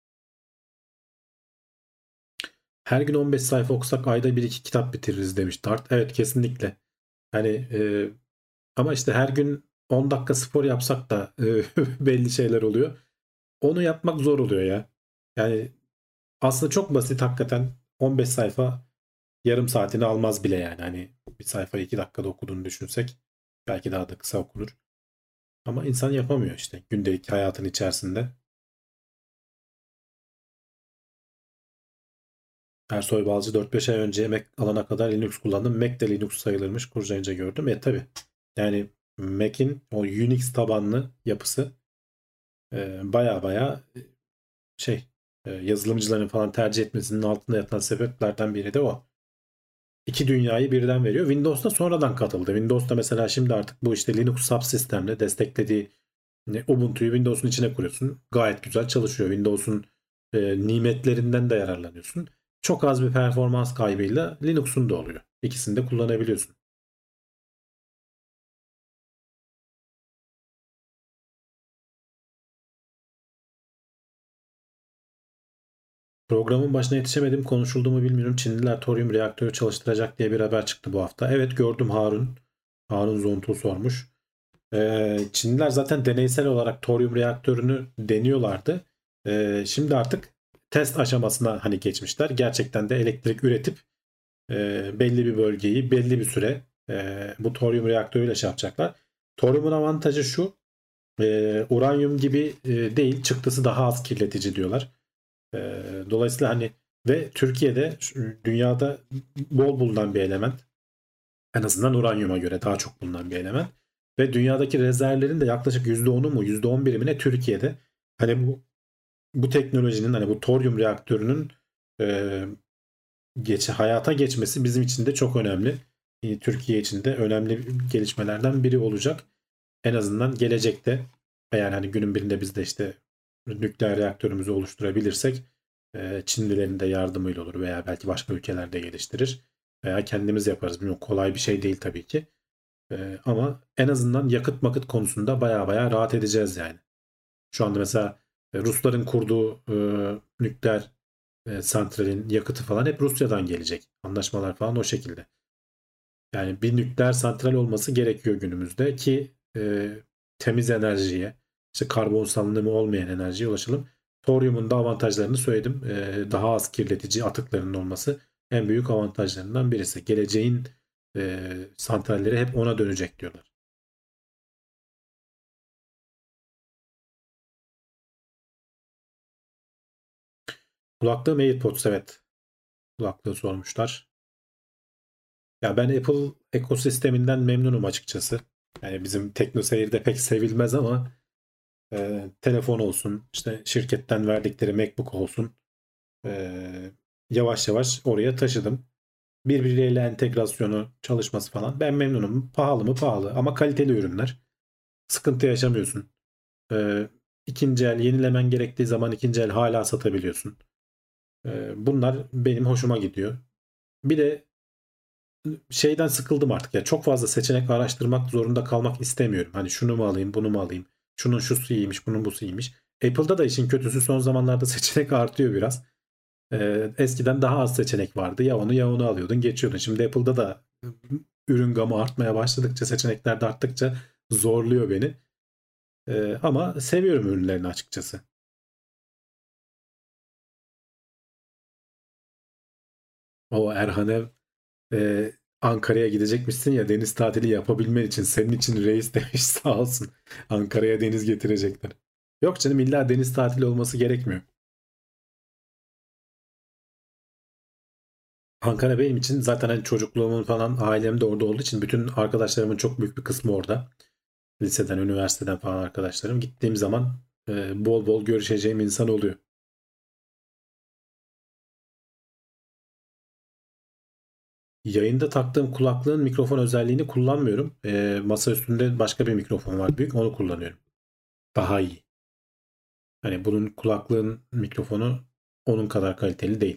Her gün on beş sayfa okusak ayda bir iki kitap bitiririz demiş Dart. Evet, kesinlikle. Hani e, ama işte her gün on dakika spor yapsak da e, belli şeyler oluyor. Onu yapmak zor oluyor ya. Yani aslında çok basit hakikaten, on beş sayfa yarım saatini almaz bile yani. Hani bir sayfayı iki dakikada okuduğunu düşünsek belki daha da kısa okunur. Ama insan yapamıyor işte gündelik hayatın içerisinde. Ersoy Balcı dört beş ay önce Mac alana kadar Linux kullandım. Mac de Linux sayılırmış kurcayınca gördüm. E tabi. Yani Mac'in o Unix tabanlı yapısı e, baya baya şey e, yazılımcıların falan tercih etmesinin altında yatan sebeplerden biri de o. İki dünyayı birden veriyor. Windows'ta sonradan katıldı. Windows'ta mesela şimdi artık bu işte Linux subsistemle desteklediği ne, Ubuntu'yu Windows'un içine kuruyorsun. Gayet güzel çalışıyor. Windows'un e, nimetlerinden de yararlanıyorsun. Çok az bir performans kaybıyla Linux'un da oluyor. İkisini de kullanabiliyorsun. Programın başına yetişemedim. Konuşuldu mu bilmiyorum. Çinliler toryum reaktörü çalıştıracak diye bir haber çıktı bu hafta. Evet, gördüm. Harun. Harun Zontul sormuş. Ee, Çinliler zaten deneysel olarak toryum reaktörünü deniyorlardı. Ee, şimdi artık test aşamasına hani geçmişler. Gerçekten de elektrik üretip e, belli bir bölgeyi belli bir süre e, bu toryum reaktörüyle şey yapacaklar. Toryumun avantajı şu. E, uranyum gibi e, değil. Çıktısı daha az kirletici diyorlar. E, dolayısıyla hani ve Türkiye'de dünyada bol bulunan bir element. En azından uranyuma göre daha çok bulunan bir element. Ve dünyadaki rezervlerin de yaklaşık yüzde onu mu yüzde on biri mi ne Türkiye'de. Hani bu bu teknolojinin hani bu toryum reaktörünün e, geç, hayata geçmesi bizim için de çok önemli. E, Türkiye için de önemli gelişmelerden biri olacak. En azından gelecekte eğer hani günün birinde biz de işte nükleer reaktörümüzü oluşturabilirsek e, Çinlilerin de yardımıyla olur veya belki başka ülkelerde geliştirir veya kendimiz yaparız. Bilmiyorum, kolay bir şey değil tabii ki. E, ama en azından yakıt makıt konusunda baya baya rahat edeceğiz yani. Şu anda mesela e, Rusların kurduğu e, nükleer e, santralin yakıtı falan hep Rusya'dan gelecek. Anlaşmalar falan o şekilde. Yani bir nükleer santral olması gerekiyor günümüzde ki e, temiz enerjiye, işte karbon salınımı olmayan enerjiye ulaşalım. Toryumun da avantajlarını söyledim. E, daha az kirletici atıklarının olması en büyük avantajlarından birisi. Geleceğin e, santralleri hep ona dönecek diyorlar. Kulaklığım AirPods, evet. Kulaklığı sormuşlar. Ya ben Apple ekosisteminden memnunum açıkçası. Yani bizim TeknoSeyir'de pek sevilmez ama e, telefon olsun, işte şirketten verdikleri MacBook olsun, e, yavaş yavaş oraya taşıdım. Birbirleriyle entegrasyonu, çalışması falan. Ben memnunum. Pahalı mı? Pahalı. Ama kaliteli ürünler. Sıkıntı yaşamıyorsun. E, ikinci el yenilemen gerektiği zaman ikinci el hala satabiliyorsun. E, bunlar benim hoşuma gidiyor. Bir de şeyden sıkıldım artık ya. Çok fazla seçenek araştırmak zorunda kalmak istemiyorum. Hani şunu mu alayım, bunu mu alayım? Şunun şusu iyiymiş, bunun busu iyiymiş. Apple'da da işin kötüsü son zamanlarda seçenek artıyor biraz. Ee, eskiden daha az seçenek vardı. Ya onu ya onu alıyordun, geçiyordun. Şimdi Apple'da da ürün gamı artmaya başladıkça, seçenekler de arttıkça zorluyor beni. Ee, ama seviyorum ürünlerini açıkçası. O Erhanev e, Ankara'ya gidecekmişsin ya, deniz tatili yapabilmen için senin için reis demiş sağ olsun. Ankara'ya deniz getirecekler. Yok canım, illa deniz tatili olması gerekmiyor. Ankara benim için zaten hani çocukluğumun falan, ailem de orada olduğu için bütün arkadaşlarımın çok büyük bir kısmı orada. Liseden, üniversiteden falan arkadaşlarım. Gittiğim zaman e, bol bol görüşeceğim insan oluyor. Yayında taktığım kulaklığın mikrofon özelliğini kullanmıyorum. E, masa üstünde başka bir mikrofon var, büyük, onu kullanıyorum. Daha iyi. Hani bunun, kulaklığın mikrofonu onun kadar kaliteli değil.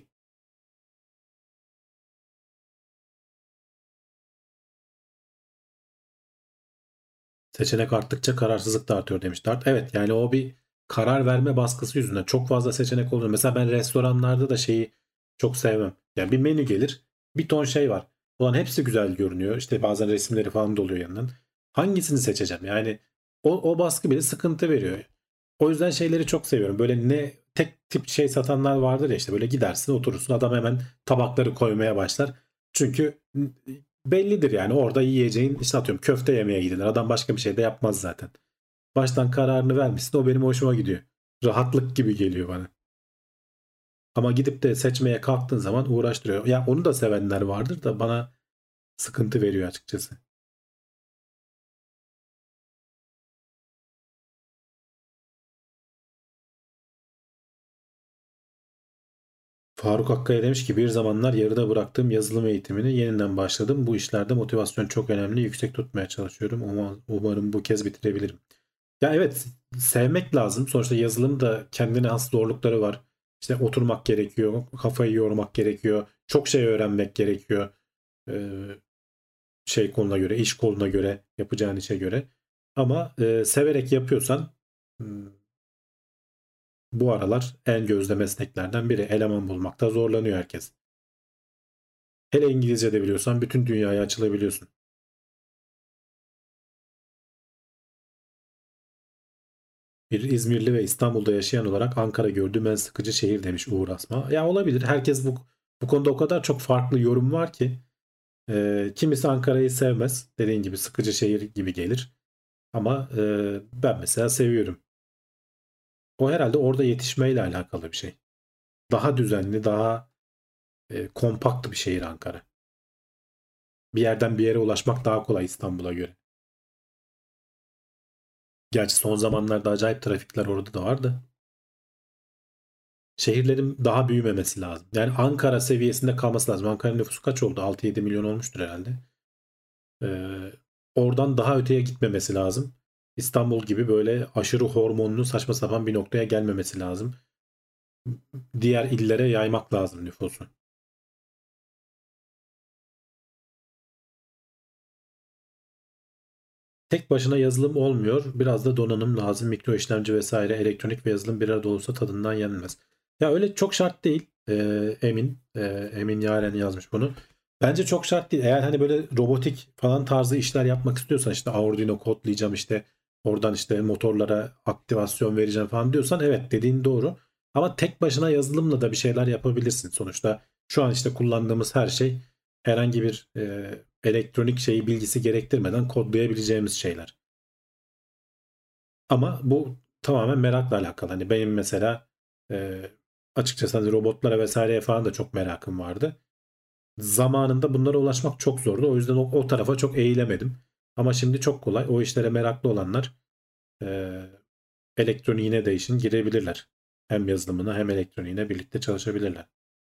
Seçenek arttıkça kararsızlık da artıyor demiş Dart. Evet, yani o bir karar verme baskısı yüzünden çok fazla seçenek oluyor. Mesela ben restoranlarda da şeyi çok sevmem. Yani bir menü gelir, bir ton şey var. Ulan hepsi güzel görünüyor. İşte bazen resimleri falan da oluyor yanından. Hangisini seçeceğim? Yani o, o baskı bile sıkıntı veriyor. O yüzden şeyleri çok seviyorum. Böyle ne tek tip şey satanlar vardır ya, işte böyle gidersin oturursun, adam hemen tabakları koymaya başlar. Çünkü bellidir yani, orada yiyeceğin, işte atıyorum köfte yemeye gidilir. Adam başka bir şey de yapmaz zaten. Baştan kararını vermişsin, o benim hoşuma gidiyor. Rahatlık gibi geliyor bana. Ama gidip de seçmeye kalktığın zaman uğraştırıyor. Ya onu da sevenler vardır da bana sıkıntı veriyor açıkçası. Faruk Akkaya demiş ki bir zamanlar yarıda bıraktığım yazılım eğitimini yeniden başladım. Bu işlerde motivasyon çok önemli. Yüksek tutmaya çalışıyorum. Umarım, umarım bu kez bitirebilirim. Ya evet, sevmek lazım. Sonuçta yazılım da kendine has zorlukları var. İşte oturmak gerekiyor, kafayı yormak gerekiyor, çok şey öğrenmek gerekiyor. Ee, şey koluna göre, iş koluna göre, yapacağın işe göre. Ama e, severek yapıyorsan hmm, bu aralar en gözde mesleklerden biri. Eleman bulmakta zorlanıyor herkes. Hele İngilizce de biliyorsan bütün dünyaya açılabiliyorsun. Bir İzmirli ve İstanbul'da yaşayan olarak Ankara gördüğüm en sıkıcı şehir demiş Uğur Asma. Ya olabilir. Herkes bu bu konuda o kadar çok farklı yorum var ki. E, kimisi Ankara'yı sevmez. Dediğin gibi sıkıcı şehir gibi gelir. Ama e, ben mesela seviyorum. O herhalde orada yetişmeyle alakalı bir şey. Daha düzenli, daha e, kompakt bir şehir Ankara. Bir yerden bir yere ulaşmak daha kolay İstanbul'a göre. Gerçi son zamanlarda acayip trafikler orada da vardı. Şehirlerin daha büyümemesi lazım. Yani Ankara seviyesinde kalması lazım. Ankara'nın nüfusu kaç oldu? altı yedi milyon olmuştur herhalde. Ee, oradan daha öteye gitmemesi lazım. İstanbul gibi böyle aşırı hormonlu saçma sapan bir noktaya gelmemesi lazım. Diğer illere yaymak lazım nüfusu. Tek başına yazılım olmuyor. Biraz da donanım lazım. Mikro işlemci vesaire, elektronik ve yazılım bir arada olursa tadından yenmez. Ya öyle çok şart değil. Ee, Emin. Ee, Emin Yaren yazmış bunu. Bence çok şart değil. Eğer hani böyle robotik falan tarzı işler yapmak istiyorsan, işte Arduino kodlayacağım, işte oradan işte motorlara aktivasyon vereceğim falan diyorsan, evet, dediğin doğru. Ama tek başına yazılımla da bir şeyler yapabilirsin. Sonuçta şu an işte kullandığımız her şey herhangi bir e, elektronik şeyi, bilgisi gerektirmeden kodlayabileceğimiz şeyler. Ama bu tamamen merakla alakalı. Hani benim mesela e, açıkçası hani robotlara vesaireye falan da çok merakım vardı. Zamanında bunlara ulaşmak çok zordu. O yüzden o, o tarafa çok eğilemedim. Ama şimdi çok kolay. O işlere meraklı olanlar e, elektroniğine de işin girebilirler. Hem yazılımına hem elektroniğine birlikte çalışabilirler.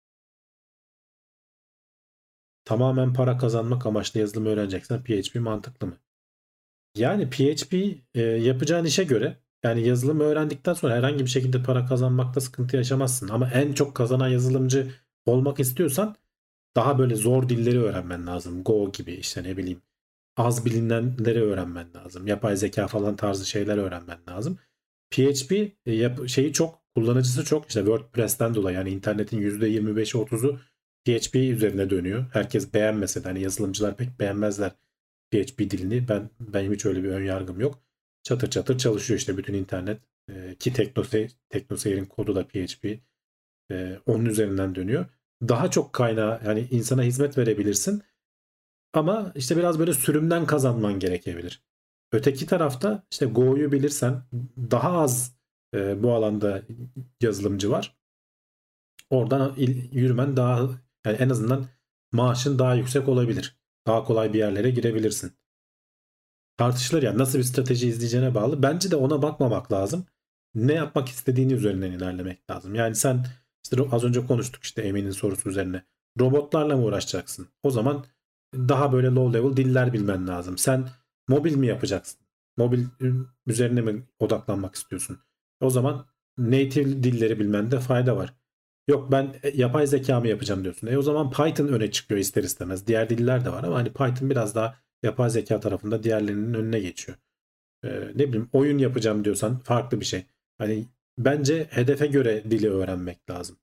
Tamamen para kazanmak amaçlı yazılım öğreneceksen P H P mantıklı mı? Yani P H P e, yapacağın işe göre, yani yazılım öğrendikten sonra herhangi bir şekilde para kazanmakta sıkıntı yaşamazsın. Ama en çok kazanan yazılımcı olmak istiyorsan daha böyle zor dilleri öğrenmen lazım. Go gibi, işte ne bileyim, az bilinenleri öğrenmen lazım. Yapay zeka falan tarzı şeyler öğrenmen lazım. P H P e, yap, şeyi çok, kullanıcısı çok, işte WordPress'ten dolayı yani internetin yüzde yirmi beşi otuzu P H P üzerine dönüyor. Herkes beğenmese de, hani yazılımcılar pek beğenmezler P H P dilini. Ben benim hiç öyle bir ön yargım yok. Çatır çatır çalışıyor işte bütün internet. E, ki TeknoSeyir, TeknoSeyir'in kodu da P H P. E, onun üzerinden dönüyor. Daha çok kaynağı, yani insana hizmet verebilirsin. Ama işte biraz böyle sürümden kazanman gerekebilir. Öteki tarafta işte Go'yu bilirsen daha az e, bu alanda yazılımcı var. Oradan il- yürümen daha, yani en azından maaşın daha yüksek olabilir. Daha kolay bir yerlere girebilirsin. Tartışılır yani, nasıl bir strateji izleyeceğine bağlı. Bence de ona bakmamak lazım. Ne yapmak istediğini üzerinden ilerlemek lazım. Yani sen işte az önce konuştuk işte Emin'in sorusu üzerine. Robotlarla mı uğraşacaksın? O zaman daha böyle low level diller bilmen lazım. Sen mobil mi yapacaksın? Mobil üzerine mi odaklanmak istiyorsun? O zaman native dilleri bilmende fayda var. Yok ben e, yapay zeka mı yapacağım diyorsun. E o zaman Python öne çıkıyor ister istemez. Diğer diller de var ama hani Python biraz daha yapay zeka tarafında diğerlerinin önüne geçiyor. Ee, ne bileyim, oyun yapacağım diyorsan farklı bir şey. Hani bence hedefe göre dili öğrenmek lazım.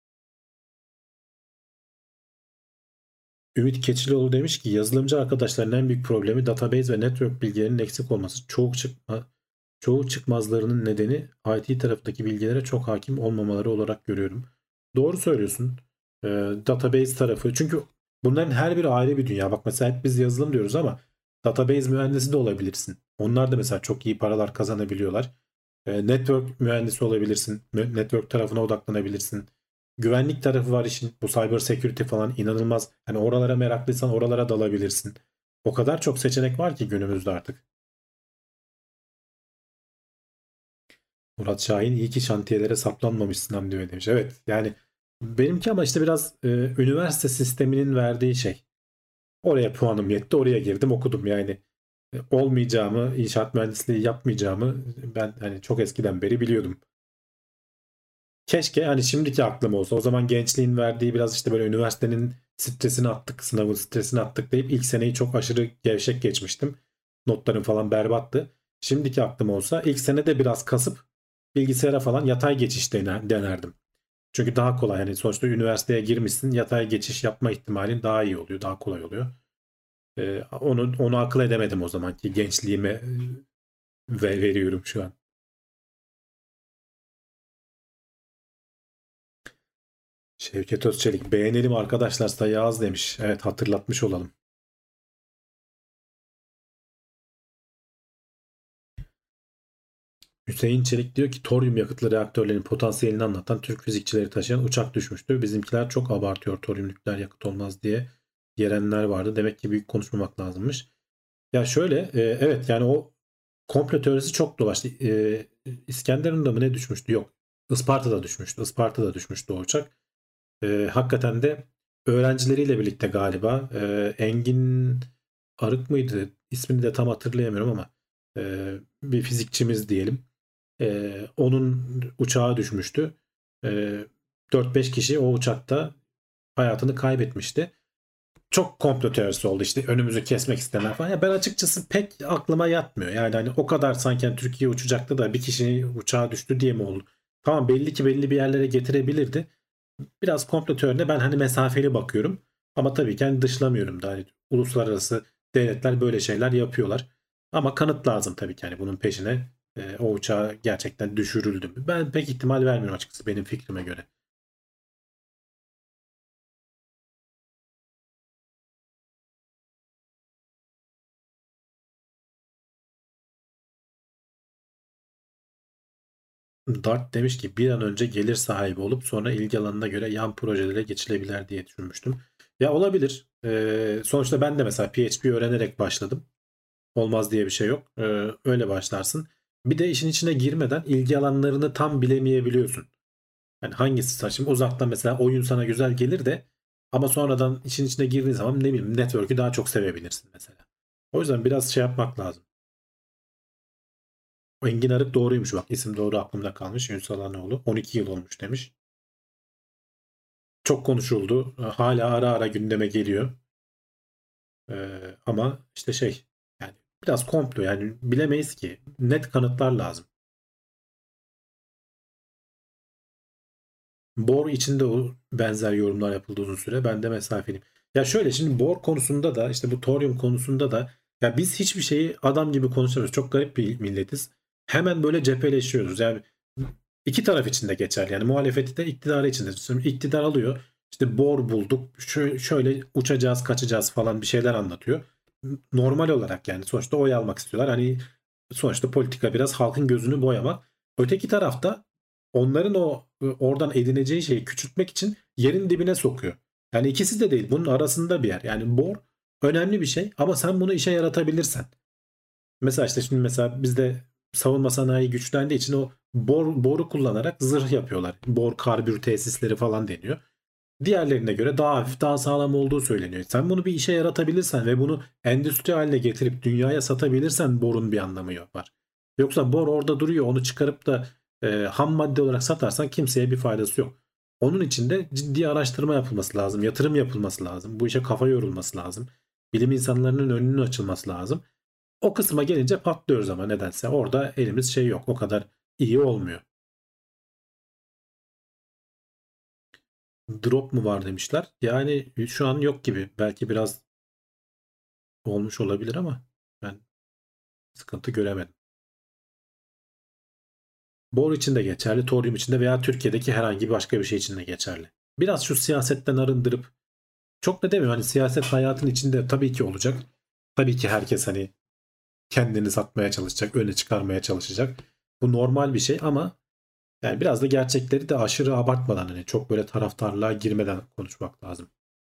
Ümit Keçilioğlu demiş ki yazılımcı arkadaşların en büyük problemi database ve network bilgilerinin eksik olması. Çoğu çıkma, çoğu çıkmazlarının nedeni I T tarafındaki bilgilere çok hakim olmamaları olarak görüyorum. Doğru söylüyorsun. Ee, database tarafı. Çünkü bunların her biri ayrı bir dünya. Bak mesela hep biz yazılım diyoruz ama database mühendisi de olabilirsin. Onlar da mesela çok iyi paralar kazanabiliyorlar. Ee, network mühendisi olabilirsin. Network tarafına odaklanabilirsin. Güvenlik tarafı var işin. Bu cyber security falan inanılmaz. Hani oralara meraklıysan oralara dalabilirsin. O kadar çok seçenek var ki günümüzde artık. Murat Şahin iyi ki şantiyelere saplanmamışsın Hamdi demiş. Evet yani benimki ama işte biraz e, üniversite sisteminin verdiği şey. Oraya puanım yetti, oraya girdim, okudum yani. E, olmayacağımı, inşaat mühendisliği yapmayacağımı ben hani çok eskiden beri biliyordum. Keşke hani şimdiki aklım olsa. O zaman gençliğin verdiği biraz işte böyle üniversitenin stresini attık, sınavın stresini attık deyip ilk seneyi çok aşırı gevşek geçmiştim. Notlarım falan berbattı. Şimdiki aklım olsa ilk sene de biraz kasıp bilgisayara falan yatay geçiş dener, denerdim. Çünkü daha kolay. Yani sonuçta üniversiteye girmişsin, yatay geçiş yapma ihtimalin daha iyi oluyor, daha kolay oluyor. Ee, onu onu akıl edemedim o zamanki gençliğime e, ve veriyorum şu an. Şevket Özçelik beğenelim arkadaşlar, sayı az demiş. Evet, hatırlatmış olalım. Hüseyin Çelik diyor ki toryum yakıtlı reaktörlerin potansiyelini anlatan Türk fizikçileri taşıyan uçak düşmüştü. Bizimkiler çok abartıyor, toryum nükleer yakıt olmaz diye gelenler vardı. Demek ki büyük konuşmamak lazımmış. Ya şöyle e, evet yani o komplo teorisi çok dolaştı. E, İskenderun'da mı ne düşmüştü? Yok. Isparta'da düşmüştü. Isparta'da düşmüştü o uçak. E, hakikaten de öğrencileriyle birlikte galiba e, Engin Arık mıydı? İsmini de tam hatırlayamıyorum ama e, bir fizikçimiz diyelim. E, onun uçağı düşmüştü. E, dört beş kişi o uçakta hayatını kaybetmişti. Çok komplo teorisi oldu işte, önümüzü kesmek istenen falan. Ya ben açıkçası pek aklıma yatmıyor. Yani hani o kadar sanki hani Türkiye uçacaktı da bir kişi uçağa düştü diye mi oldu? Tamam, belli ki belli bir yerlere getirebilirdi. Biraz komplo teorine ben hani mesafeli bakıyorum. Ama tabii ki hani dışlamıyorum da, hani uluslararası devletler böyle şeyler yapıyorlar. Ama kanıt lazım tabii ki hani bunun peşine e, o uçağa gerçekten düşürüldü mü? Ben pek ihtimal vermiyorum açıkçası, benim fikrime göre. Dart demiş ki bir an önce gelir sahibi olup sonra ilgi alanına göre yan projelere geçilebilir diye düşünmüştüm. Ya olabilir. Ee, sonuçta ben de mesela P H P öğrenerek başladım. Olmaz diye bir şey yok. Ee, öyle başlarsın. Bir de işin içine girmeden ilgi alanlarını tam bilemeyebiliyorsun. Yani hangisi saçım uzaktan mesela oyun sana güzel gelir de ama sonradan işin içine girdiğin zaman ne bileyim network'ü daha çok sevebilirsin mesela. O yüzden biraz şey yapmak lazım. Engin Arık doğruymuş bak, isim doğru, aklımda kalmış. Ünsal Hanoğlu on iki yıl olmuş demiş. Çok konuşuldu. Hala ara ara gündeme geliyor. Ee, ama işte şey, yani biraz komplo, yani bilemeyiz ki. Net kanıtlar lazım. Bor için de o benzer yorumlar yapıldı uzun süre. Ben de mesafeliyim. Ya şöyle, şimdi bor konusunda da işte bu toryum konusunda da ya biz hiçbir şeyi adam gibi konuşamıyoruz. Çok garip bir milletiz. Hemen böyle cepheleşiyoruz. Yani iki taraf için de geçerli. Yani muhalefeti de iktidarı için de. Şimdi iktidar alıyor. İşte bor bulduk, şöyle, şöyle uçacağız, kaçacağız falan bir şeyler anlatıyor. Normal olarak yani sonuçta oy almak istiyorlar. Hani sonuçta politika biraz halkın gözünü boyamak. Öteki tarafta onların o oradan edineceği şeyi küçültmek için yerin dibine sokuyor. Yani ikisi de değil. Bunun arasında bir yer. Yani bor önemli bir şey ama sen bunu işe yaratabilirsen. Mesela işte şimdi mesela bizde savunma sanayi güçlendiği için o bor, boru kullanarak zırh yapıyorlar. Bor karbür tesisleri falan deniyor. Diğerlerine göre daha hafif, daha sağlam olduğu söyleniyor. Sen bunu bir işe yaratabilirsen ve bunu endüstri haline getirip dünyaya satabilirsen borun bir anlamı yok var. Yoksa bor orada duruyor, onu çıkarıp da e, ham madde olarak satarsan kimseye bir faydası yok. Onun için de ciddi araştırma yapılması lazım, yatırım yapılması lazım, bu işe kafa yorulması lazım, bilim insanlarının önünün açılması lazım. O kısma gelince patlıyoruz ama nedense orada elimiz şey yok, o kadar iyi olmuyor. Drop mu var demişler. Yani şu an yok gibi. Belki biraz olmuş olabilir ama ben sıkıntı göremedim. Bor için de geçerli, toryum için de veya Türkiye'deki herhangi başka bir şey için de geçerli. Biraz şu siyasetten arındırıp, çok da demiyorum hani siyaset hayatın içinde tabii ki olacak. Tabii ki herkes hani kendini satmaya çalışacak, öne çıkarmaya çalışacak. Bu normal bir şey ama yani biraz da gerçekleri de aşırı abartmadan hani çok böyle taraftarlığa girmeden konuşmak lazım.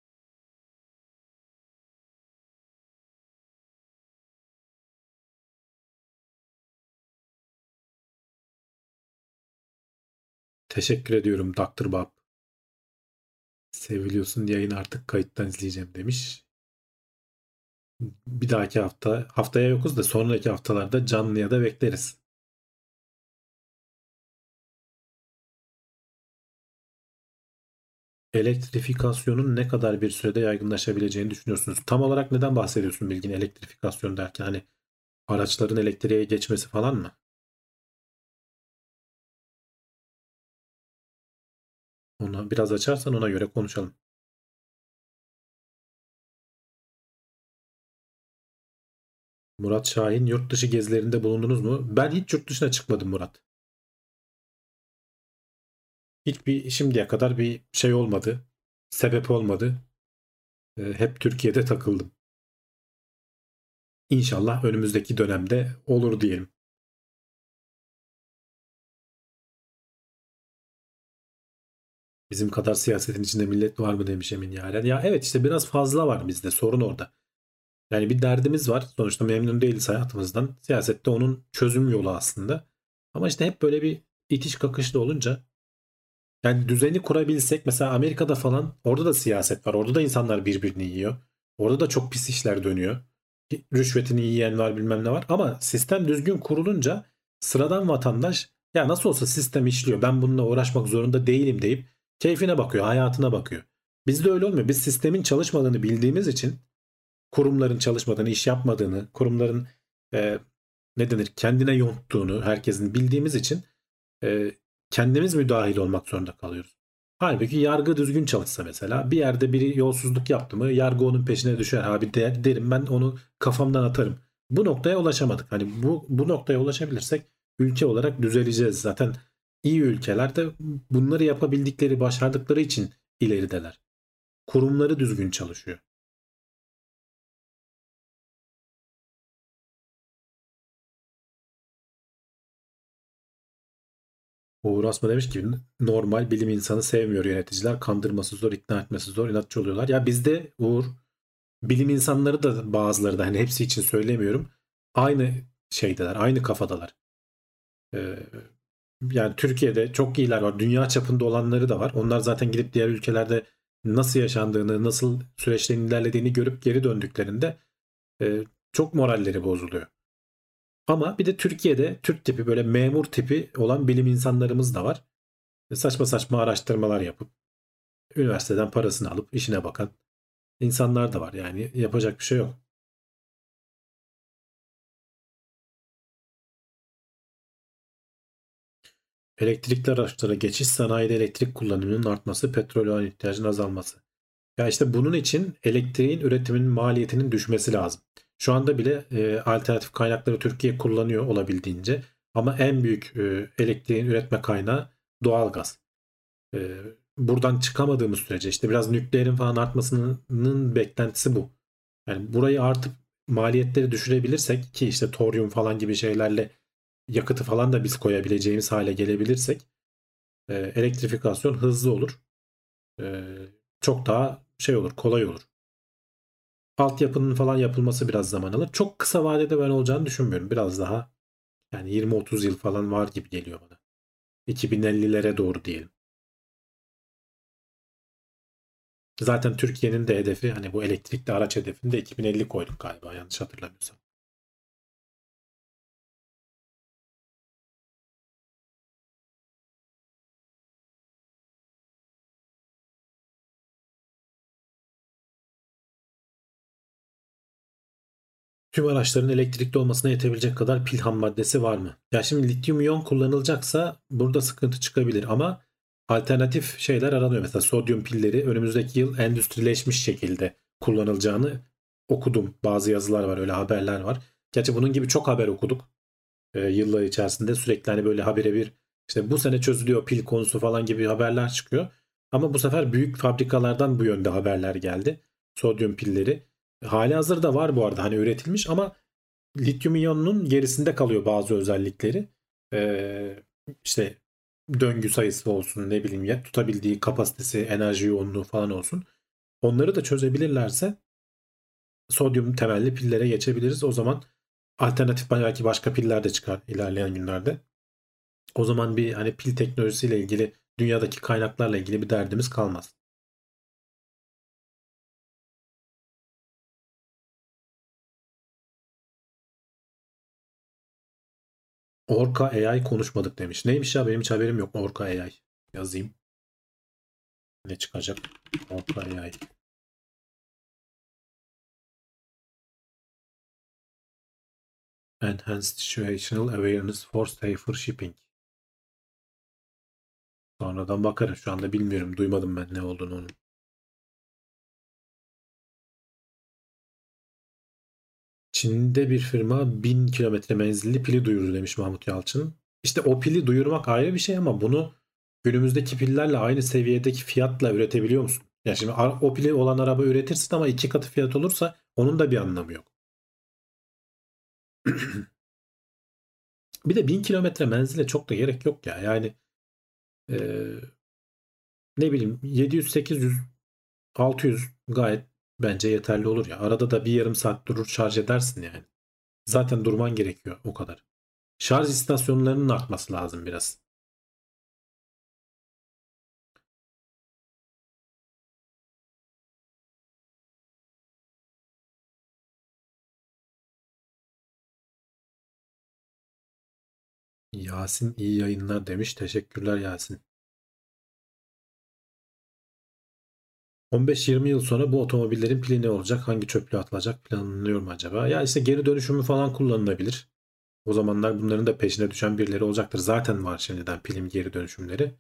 Teşekkür ediyorum doktor Bob. Seviliyorsun, yayını artık kayıttan izleyeceğim demiş. Bir dahaki hafta, haftaya yokuz da sonraki haftalarda canlıya da bekleriz. Elektrifikasyonun ne kadar bir sürede yaygınlaşabileceğini düşünüyorsunuz? Tam olarak neden bahsediyorsun Bilgin, elektrifikasyon derken hani araçların elektriğe geçmesi falan mı? Onu biraz açarsan ona göre konuşalım. Murat Şahin, yurt dışı gezilerinde bulundunuz mu? Ben hiç yurt dışına çıkmadım Murat. Hiçbir şimdiye kadar bir şey olmadı. Sebep olmadı. Ee, hep Türkiye'de takıldım. İnşallah önümüzdeki dönemde olur diyelim. Bizim kadar siyasetin içinde millet var mı demiş Emin Yaren. Ya evet, işte biraz fazla var bizde, sorun orada. Yani bir derdimiz var. Sonuçta memnun değiliz hayatımızdan. Siyasette onun çözüm yolu aslında. Ama işte hep böyle bir itiş kakışlı olunca, yani düzeni kurabilsek mesela Amerika'da falan, orada da siyaset var. Orada da insanlar birbirini yiyor. Orada da çok pis işler dönüyor. Rüşvetini yiyen var, bilmem ne var. Ama sistem düzgün kurulunca sıradan vatandaş ya nasıl olsa sistem işliyor, ben bununla uğraşmak zorunda değilim deyip keyfine bakıyor, hayatına bakıyor. Bizde öyle olmuyor. Biz sistemin çalışmadığını bildiğimiz için, kurumların çalışmadığını, iş yapmadığını, kurumların e, ne denir kendine yonttuğunu herkesin bildiğimiz için e, kendimiz müdahil olmak zorunda kalıyoruz. Halbuki yargı düzgün çalışsa, mesela bir yerde biri yolsuzluk yaptı mı yargı onun peşine düşer abi, der, derim ben onu kafamdan atarım. Bu noktaya ulaşamadık. Hani bu, bu noktaya ulaşabilirsek ülke olarak düzeleceğiz. Zaten iyi ülkeler de bunları yapabildikleri, başardıkları için ilerideler. Kurumları düzgün çalışıyor. Uğur Asma demiş ki normal bilim insanı sevmiyor yöneticiler. Kandırması zor, ikna etmesi zor, inatçı oluyorlar. Ya bizde Uğur, bilim insanları da bazıları da, hani hepsi için söylemiyorum, aynı şeydeler, aynı kafadalar. Ee, Yani Türkiye'de çok iyiler var. Dünya çapında olanları da var. Onlar zaten gidip diğer ülkelerde nasıl yaşandığını, nasıl süreçlerin ilerlediğini görüp geri döndüklerinde e, çok moralleri bozuluyor. Ama bir de Türkiye'de Türk tipi, böyle memur tipi olan bilim insanlarımız da var. Saçma saçma araştırmalar yapıp üniversiteden parasını alıp işine bakan insanlar da var. Yani yapacak bir şey yok. Elektrikli araçlara geçiş, sanayide elektrik kullanımının artması, petrol olan ihtiyacın azalması. Ya işte bunun için elektriğin üretiminin maliyetinin düşmesi lazım. Şu anda bile e, alternatif kaynakları Türkiye kullanıyor olabildiğince. Ama en büyük e, elektriğin üretme kaynağı doğalgaz. E, buradan çıkamadığımız sürece işte biraz nükleerin falan artmasının beklentisi bu. Yani burayı artıp maliyetleri düşürebilirsek ki işte toryum falan gibi şeylerle yakıtı falan da biz koyabileceğimiz hale gelebilirsek e, elektrifikasyon hızlı olur. E, çok daha şey olur, kolay olur. Altyapının falan yapılması biraz zaman alır. Çok kısa vadede ben olacağını düşünmüyorum. Biraz daha yani yirmi otuz yıl falan var gibi geliyor bana. iki bin ellilere doğru diyelim. Zaten Türkiye'nin de hedefi hani bu elektrikli araç hedefini de iki bin elli koyduk galiba yanlış hatırlamıyorsam. Tüm araçların elektrikli olmasına yetebilecek kadar pil ham maddesi var mı? Ya şimdi lityum iyon kullanılacaksa burada sıkıntı çıkabilir ama alternatif şeyler aranıyor. Mesela sodyum pilleri önümüzdeki yıl endüstrileşmiş şekilde kullanılacağını okudum. Bazı yazılar var, öyle haberler var. Gerçi bunun gibi çok haber okuduk. E, yıllar içerisinde sürekli hani böyle habire bir işte bu sene çözülüyor pil konusu falan gibi haberler çıkıyor. Ama bu sefer büyük fabrikalardan bu yönde haberler geldi. Sodyum pilleri. Hali hazırda var bu arada hani üretilmiş ama lityum iyonunun gerisinde kalıyor bazı özellikleri. Ee, işte döngü sayısı olsun ne bileyim ya tutabildiği kapasitesi, enerji yoğunluğu falan olsun. Onları da çözebilirlerse sodyum temelli pillere geçebiliriz. O zaman alternatif belki başka piller de çıkar ilerleyen günlerde. O zaman bir hani pil teknolojisiyle ilgili dünyadaki kaynaklarla ilgili bir derdimiz kalmaz. Orca A I konuşmadık demiş. Neymiş ya benim hiç haberim yok. Orca A I yazayım. Ne çıkacak? Orca A I. Enhanced Situational Awareness for Safer Shipping. Sonradan bakarım. Şu anda bilmiyorum. Duymadım ben ne olduğunu onun. Çin'de bir firma bin kilometre menzilli pili duyurdu demiş Mahmut Yalçın. İşte o pili duyurmak ayrı bir şey ama bunu günümüzdeki pillerle aynı seviyedeki fiyatla üretebiliyor musun? Ya şimdi o pili olan araba üretirsin ama iki katı fiyat olursa onun da bir anlamı yok. Bir de bin kilometre menzile çok da gerek yok ya. Yani e, ne bileyim yedi yüz, sekiz yüz, altı yüz gayet bence yeterli olur ya. Arada da bir yarım saat durur şarj edersin yani. Zaten durman gerekiyor o kadar. Şarj istasyonlarının artması lazım biraz. Yasin iyi yayınlar demiş. Teşekkürler Yasin. on beş yirmi yıl sonra bu otomobillerin pili ne olacak? Hangi çöplüğe atılacak planlanıyor mu acaba? Ya işte geri dönüşümü falan kullanılabilir. O zamanlar bunların da peşine düşen birileri olacaktır. Zaten var şimdiden pilin geri dönüşümleri.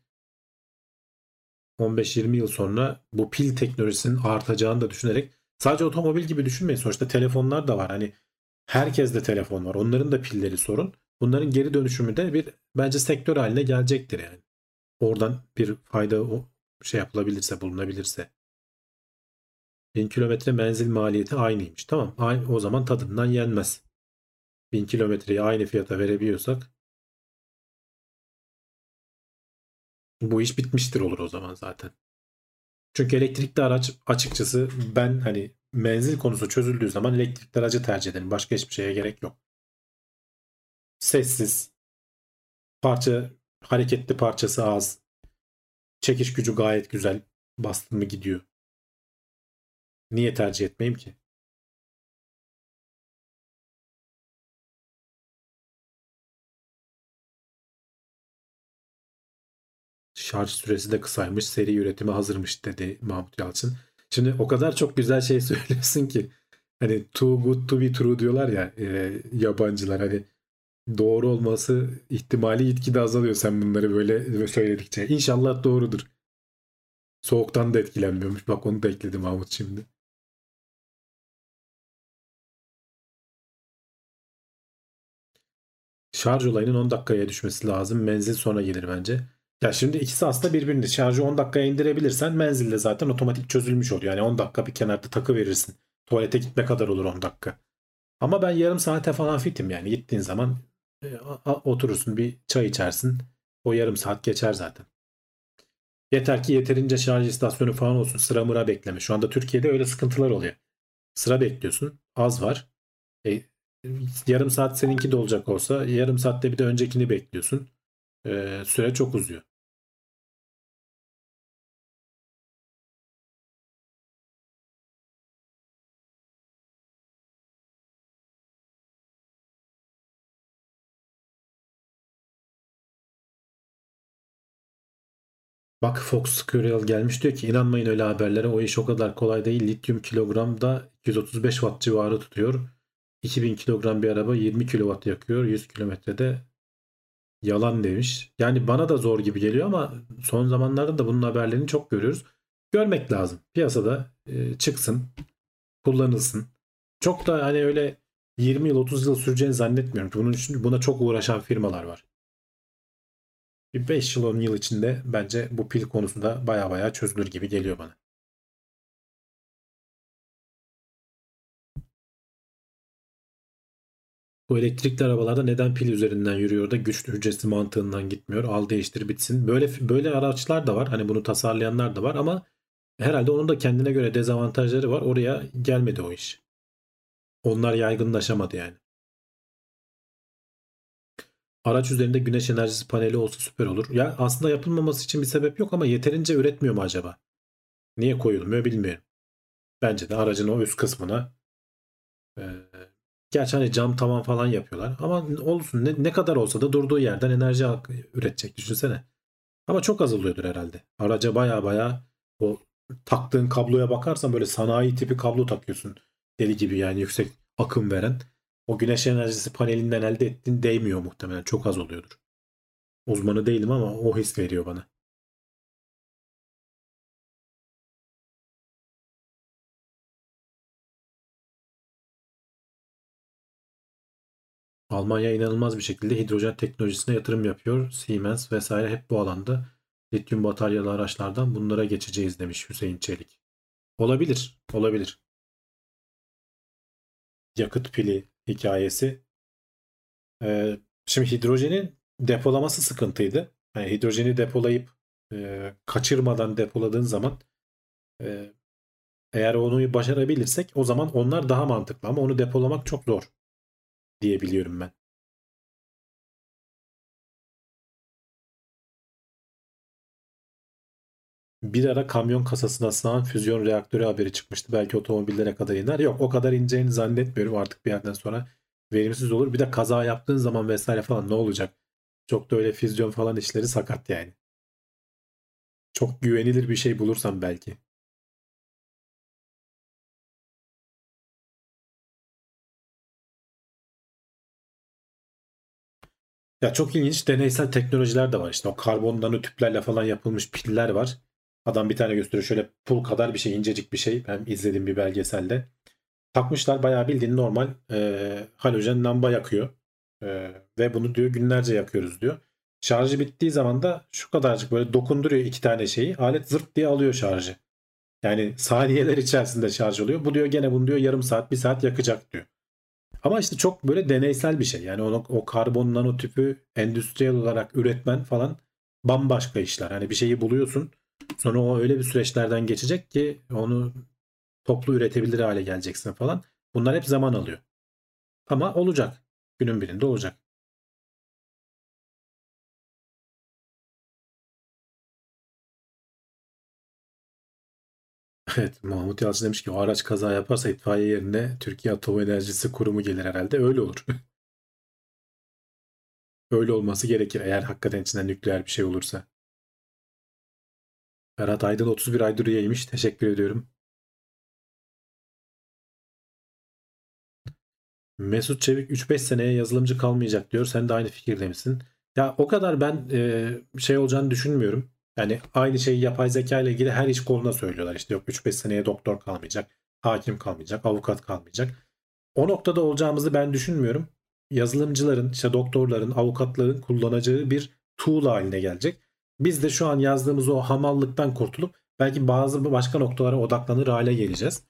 on beş yirmi yıl sonra bu pil teknolojisinin artacağını da düşünerek sadece otomobil gibi düşünmeyin. Sonuçta telefonlar da var. Hani herkes de telefon var. Onların da pilleri sorun. Bunların geri dönüşümü de bir bence sektör haline gelecektir yani. Oradan bir fayda o şey yapılabilirse, bulunabilirse. bin kilometre menzil maliyeti aynıymış. Tamam. O zaman tadından yenmez. bin kilometreyi aynı fiyata verebiliyorsak bu iş bitmiştir olur o zaman zaten. Çünkü elektrikli araç açıkçası ben hani menzil konusu çözüldüğü zaman elektrikli aracı tercih ederim. Başka hiçbir şeye gerek yok. Sessiz, parça hareketli parçası az, çekiş gücü gayet güzel. Bastın mı gidiyor. Niye tercih etmeyeyim ki? Şarj süresi de kısaymış, seri üretime hazırmış dedi Mahmut Yalçın. Şimdi o kadar çok güzel şey söylüyorsun ki hani too good to be true diyorlar ya e, yabancılar hani doğru olması ihtimali gitgide azalıyor sen bunları böyle söyledikçe. İnşallah doğrudur. Soğuktan da etkilenmiyormuş. Bak onu da ekledi Mahmut şimdi. Şarj olayının on dakikaya düşmesi lazım. Menzil sonra gelir bence. Ya şimdi ikisi aslında birbirini şarjı on dakikaya indirebilirsen menzilde zaten otomatik çözülmüş oluyor. Yani on dakika bir kenarda takı verirsin. Tuvalete gitme kadar olur on dakika. Ama ben yarım saate falan fitim yani. Gittiğin zaman e, a- oturursun bir çay içersin. O yarım saat geçer zaten. Yeter ki yeterince şarj istasyonu falan olsun. Sıra mıra bekleme. Şu anda Türkiye'de öyle sıkıntılar oluyor. Sıra bekliyorsun. Az var. E, yarım saat seninki de olacak olsa yarım saatte bir de öncekini bekliyorsun. E, süre çok uzuyor. Bak Fox Squirrel gelmiş diyor ki inanmayın öyle haberlere, o iş o kadar kolay değil. Lityum kilogramda iki yüz otuz beş watt civarı tutuyor. iki bin kilogram bir araba yirmi kilowatt yakıyor. yüz kilometrede yalan demiş. Yani bana da zor gibi geliyor ama son zamanlarda da bunun haberlerini çok görüyoruz. Görmek lazım. Piyasada e, çıksın, kullanılsın. Çok da hani öyle yirmi yıl otuz yıl süreceğini zannetmiyorum. Bunun için buna çok uğraşan firmalar var. Bir beş yıl on yıl içinde bence bu pil konusunda baya baya çözülür gibi geliyor bana. Bu elektrikli arabalarda neden pil üzerinden yürüyor da güç hücresi mantığından gitmiyor? Al değiştir bitsin. Böyle böyle araçlar da var. Hani bunu tasarlayanlar da var ama herhalde onun da kendine göre dezavantajları var. Oraya gelmedi o iş. Onlar yaygınlaşamadı yani. Araç üzerinde güneş enerjisi paneli olsa süper olur. Ya aslında yapılmaması için bir sebep yok ama yeterince üretmiyor mu acaba? Niye koyulmuyor bilmiyorum. Bence de aracın o üst kısmına e, gerçi hani cam tavan falan yapıyorlar ama olsun ne, ne kadar olsa da durduğu yerden enerji ak- üretecek düşünsene. Ama çok azalıyordur herhalde. Araca baya baya o taktığın kabloya bakarsan böyle sanayi tipi kablo takıyorsun. Deli gibi yani yüksek akım veren. O güneş enerjisi panelinden elde ettiğin değmiyor muhtemelen. Çok az oluyordur. Uzmanı değilim ama o his veriyor bana. Almanya inanılmaz bir şekilde hidrojen teknolojisine yatırım yapıyor. Siemens vesaire hep bu alanda. Lityum bataryalı araçlardan bunlara geçeceğiz demiş Hüseyin Çelik. Olabilir. Olabilir. Yakıt pili hikayesi. Ee, şimdi hidrojenin depolaması sıkıntıydı. Yani hidrojeni depolayıp e, kaçırmadan depoladığın zaman e, eğer onu başarabilirsek o zaman onlar daha mantıklı ama onu depolamak çok zor diye biliyorum ben. Bir ara kamyon kasasına sığan füzyon reaktörü haberi çıkmıştı. Belki otomobillere kadar iner. Yok o kadar ineceğini zannetmiyorum. Artık bir yerden sonra verimsiz olur. Bir de kaza yaptığın zaman vesaire falan ne olacak? Çok da öyle füzyon falan işleri sakat yani. Çok güvenilir bir şey bulursam belki. Ya çok ilginç deneysel teknolojiler de var. İşte o karbon nanotüplerle falan yapılmış piller var. Adam bir tane gösteriyor. Şöyle pul kadar bir şey, incecik bir şey. Ben izledim bir belgeselde. Takmışlar bayağı bildiğin normal e, halojen lamba yakıyor. E, ve bunu diyor günlerce yakıyoruz diyor. Şarjı bittiği zaman da şu kadarcık böyle dokunduruyor iki tane şeyi. Alet zırt diye alıyor şarjı. Yani saniyeler içerisinde şarj oluyor. Bu diyor gene bunu diyor yarım saat bir saat yakacak diyor. Ama işte çok böyle deneysel bir şey. Yani onu, o karbon nanotüpü endüstriyel olarak üretmen falan bambaşka işler. Hani bir şeyi buluyorsun. Sonra o öyle bir süreçlerden geçecek ki onu toplu üretebilir hale geleceksin falan. Bunlar hep zaman alıyor. Ama olacak. Günün birinde olacak. Evet, Mahmut Yalçın demiş ki o araç kaza yaparsa itfaiye yerine Türkiye Atom Enerjisi Kurumu gelir herhalde. Öyle olur. Öyle olması gerekir eğer hakikaten içinden nükleer bir şey olursa. Ferhat Aydın otuz bir aydır üyeymiş. Teşekkür ediyorum. Mesut Çevik üç beş seneye yazılımcı kalmayacak diyor. Sen de aynı fikirde misin? Ya o kadar ben e, şey olacağını düşünmüyorum. Yani aynı şeyi yapay zeka ile ilgili her iş koluna söylüyorlar. İşte yok üç beş seneye doktor kalmayacak, hakim kalmayacak, avukat kalmayacak. O noktada olacağımızı ben düşünmüyorum. Yazılımcıların, işte doktorların, avukatların kullanacağı bir tool haline gelecek. Biz de şu an yazdığımız o hamallıktan kurtulup belki bazı başka noktalara odaklanır hale geleceğiz.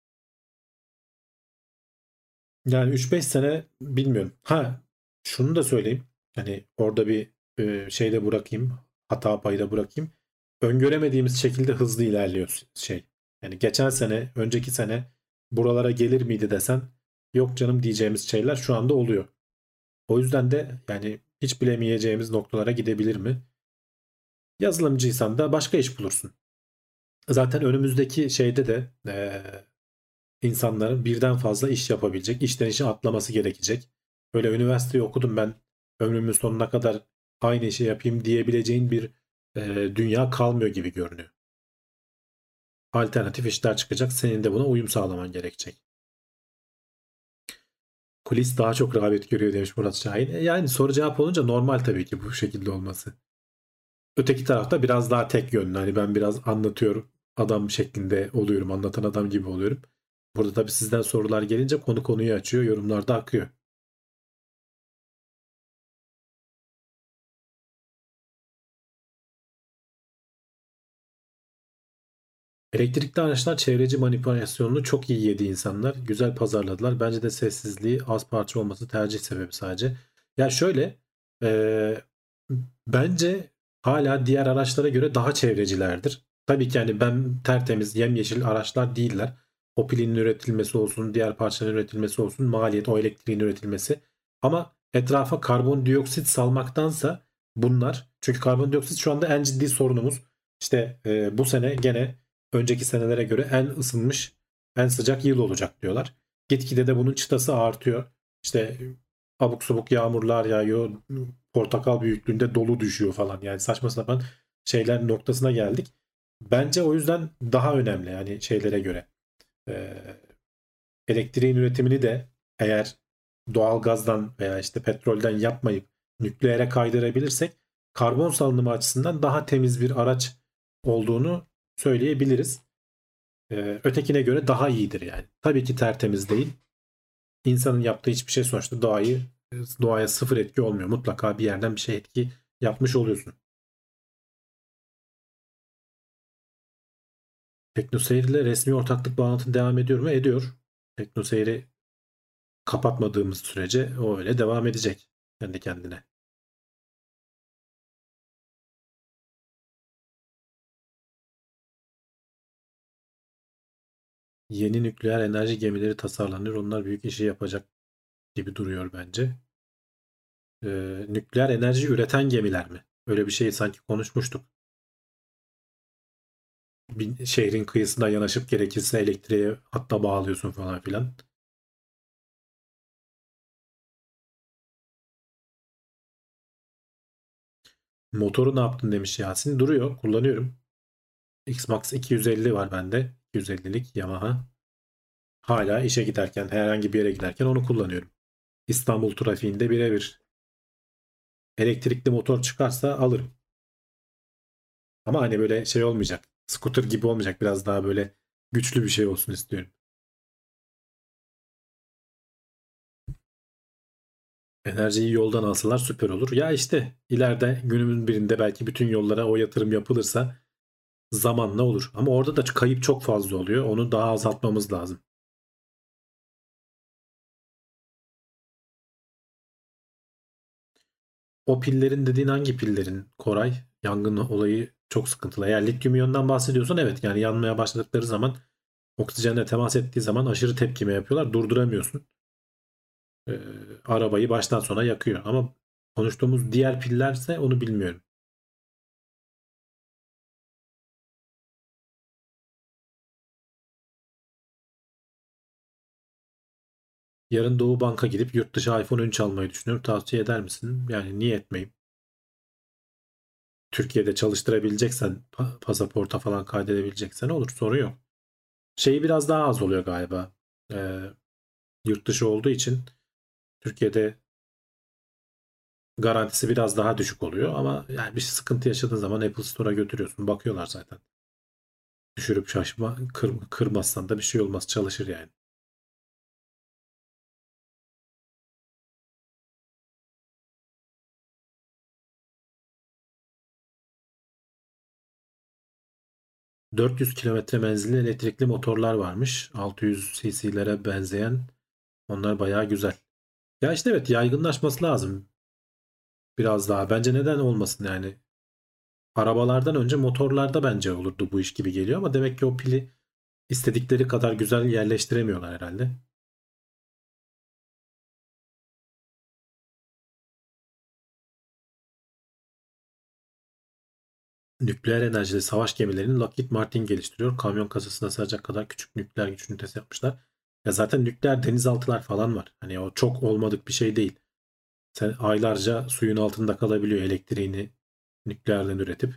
Yani üç beş sene bilmiyorum. Ha, şunu da söyleyeyim. Hani orada bir e, şey de bırakayım. Hata payı da bırakayım. Öngöremediğimiz şekilde hızlı ilerliyor şey. Yani geçen sene, önceki sene buralara gelir miydi desen yok canım diyeceğimiz şeyler şu anda oluyor. O yüzden de yani hiç bilemeyeceğimiz noktalara gidebilir mi? Yazılımcıysan da başka iş bulursun. Zaten önümüzdeki şeyde de e, insanların birden fazla iş yapabilecek, işten işe atlaması gerekecek. Böyle üniversiteyi okudum ben ömrümün sonuna kadar aynı işi yapayım diyebileceğin bir e, dünya kalmıyor gibi görünüyor. Alternatif işler çıkacak. Senin de buna uyum sağlaman gerekecek. Kulis daha çok rağbet görüyor demiş Murat Şahin. E, yani soru cevap olunca normal tabii ki bu şekilde olması. Öteki tarafta biraz daha tek yönlü. Hani ben biraz anlatıyorum. Adam şeklinde oluyorum. Anlatan adam gibi oluyorum. Burada tabii sizden sorular gelince konu konuyu açıyor. Yorumlarda akıyor. Elektrikli araçlar çevreci manipülasyonunu çok iyi yedi insanlar. Güzel pazarladılar. Bence de sessizliği az parça olması tercih sebebi sadece. Ya şöyle e, bence hala diğer araçlara göre daha çevrecilerdir. Tabii ki yani ben tertemiz yemyeşil araçlar değiller. O pilin üretilmesi olsun, diğer parçaların üretilmesi olsun, maliyet, o elektriğin üretilmesi. Ama etrafa karbondioksit salmaktansa bunlar, çünkü karbondioksit şu anda en ciddi sorunumuz. İşte e, bu sene gene önceki senelere göre en ısınmış, en sıcak yıl olacak diyorlar. Gitgide de bunun çıtası artıyor. İşte abuk sabuk yağmurlar yağıyor, portakal büyüklüğünde dolu düşüyor falan. Yani saçma sapan şeyler noktasına geldik. Bence o yüzden daha önemli yani şeylere göre. Ee, elektriğin üretimini de eğer doğal gazdan veya işte petrolden yapmayıp nükleere kaydırabilirsek karbon salınımı açısından daha temiz bir araç olduğunu söyleyebiliriz. Ee, ötekine göre daha iyidir yani. Tabii ki tertemiz değil. İnsanın yaptığı hiçbir şey sonuçta doğayı doğaya sıfır etki olmuyor. Mutlaka bir yerden bir şey etki yapmış oluyorsun. TeknoSeyir ile resmi ortaklık bağlantı devam ediyor mu? Ediyor. TeknoSeyir'i kapatmadığımız sürece o öyle devam edecek kendi kendine. Yeni nükleer enerji gemileri tasarlanıyor. Onlar büyük işi yapacak gibi duruyor bence. Ee, nükleer enerji üreten gemiler mi? Öyle bir şey sanki konuşmuştuk. Bir şehrin kıyısına yanaşıp gerekirse elektriğe hatta bağlıyorsun falan filan. Motoru ne yaptın demiş Yasin. Duruyor. Kullanıyorum. X-Max iki yüz elli var bende. iki yüz ellilik Yamaha. Hala işe giderken, herhangi bir yere giderken onu kullanıyorum. İstanbul trafiğinde birebir. Elektrikli motor çıkarsa alırım. Ama hani böyle şey olmayacak. Scooter gibi olmayacak. Biraz daha böyle güçlü bir şey olsun istiyorum. Enerjiyi yoldan alsalar süper olur. Ya işte ileride günümün birinde belki bütün yollara o yatırım yapılırsa zamanla olur. Ama orada da kayıp çok fazla oluyor. Onu daha azaltmamız lazım. O pillerin dediğin hangi pillerin Koray? Yangın olayı çok sıkıntılı. Eğer lityum iyondan bahsediyorsan evet, yani yanmaya başladıkları zaman oksijenle temas ettiği zaman aşırı tepkime yapıyorlar. Durduramıyorsun. Ee, arabayı baştan sona yakıyor. Ama konuştuğumuz diğer pillerse onu bilmiyorum. Yarın Doğu Bank'a gidip yurt dışı iPhone on üç almayı düşünüyorum. Tavsiye eder misin? Yani niye etmeyeyim? Türkiye'de çalıştırabileceksen, pa- pasaporta falan kaydedebileceksen olur. Sorun yok. Şeyi biraz daha az oluyor galiba. Ee, yurt dışı olduğu için Türkiye'de garantisi biraz daha düşük oluyor ama yani bir sıkıntı yaşadığın zaman Apple Store'a götürüyorsun. Bakıyorlar zaten. Düşürüp şaşma, kır, kırmazsan da bir şey olmaz. Çalışır yani. dört yüz kilometre menzilli elektrikli motorlar varmış. altı yüz cc'lere benzeyen. Onlar bayağı güzel. Ya işte evet, yaygınlaşması lazım. Biraz daha. Bence neden olmasın yani. Arabalardan önce motorlarda bence olurdu bu iş gibi geliyor ama demek ki o pili istedikleri kadar güzel yerleştiremiyorlar herhalde. Nükleer enerjili savaş gemilerini Lockheed Martin geliştiriyor. Kamyon kasasına sığacak kadar küçük nükleer güç ünitesi yapmışlar. Ya zaten nükleer denizaltılar falan var. Hani o çok olmadık bir şey değil. Sen aylarca suyun altında kalabiliyor elektriğini nükleerden üretip.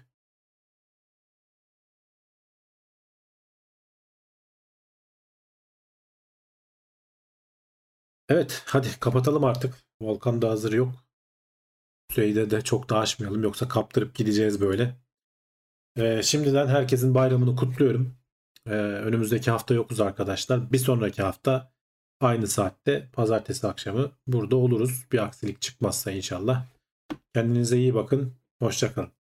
Evet, hadi kapatalım artık. Volkan da hazır yok. Süreyi de çok da aşmayalım yoksa kaptırıp gideceğiz böyle. Ee, şimdiden herkesin bayramını kutluyorum. Ee, önümüzdeki hafta yokuz arkadaşlar. Bir sonraki hafta aynı saatte pazartesi akşamı burada oluruz. Bir aksilik çıkmazsa inşallah. Kendinize iyi bakın. Hoşça kalın.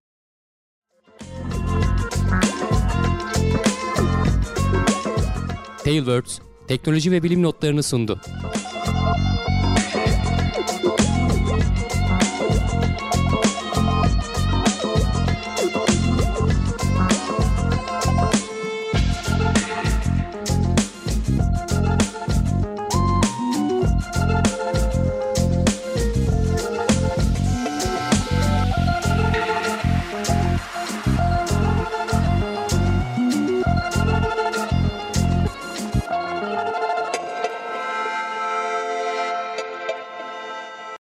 Tailwords, teknoloji ve bilim notlarını sundu.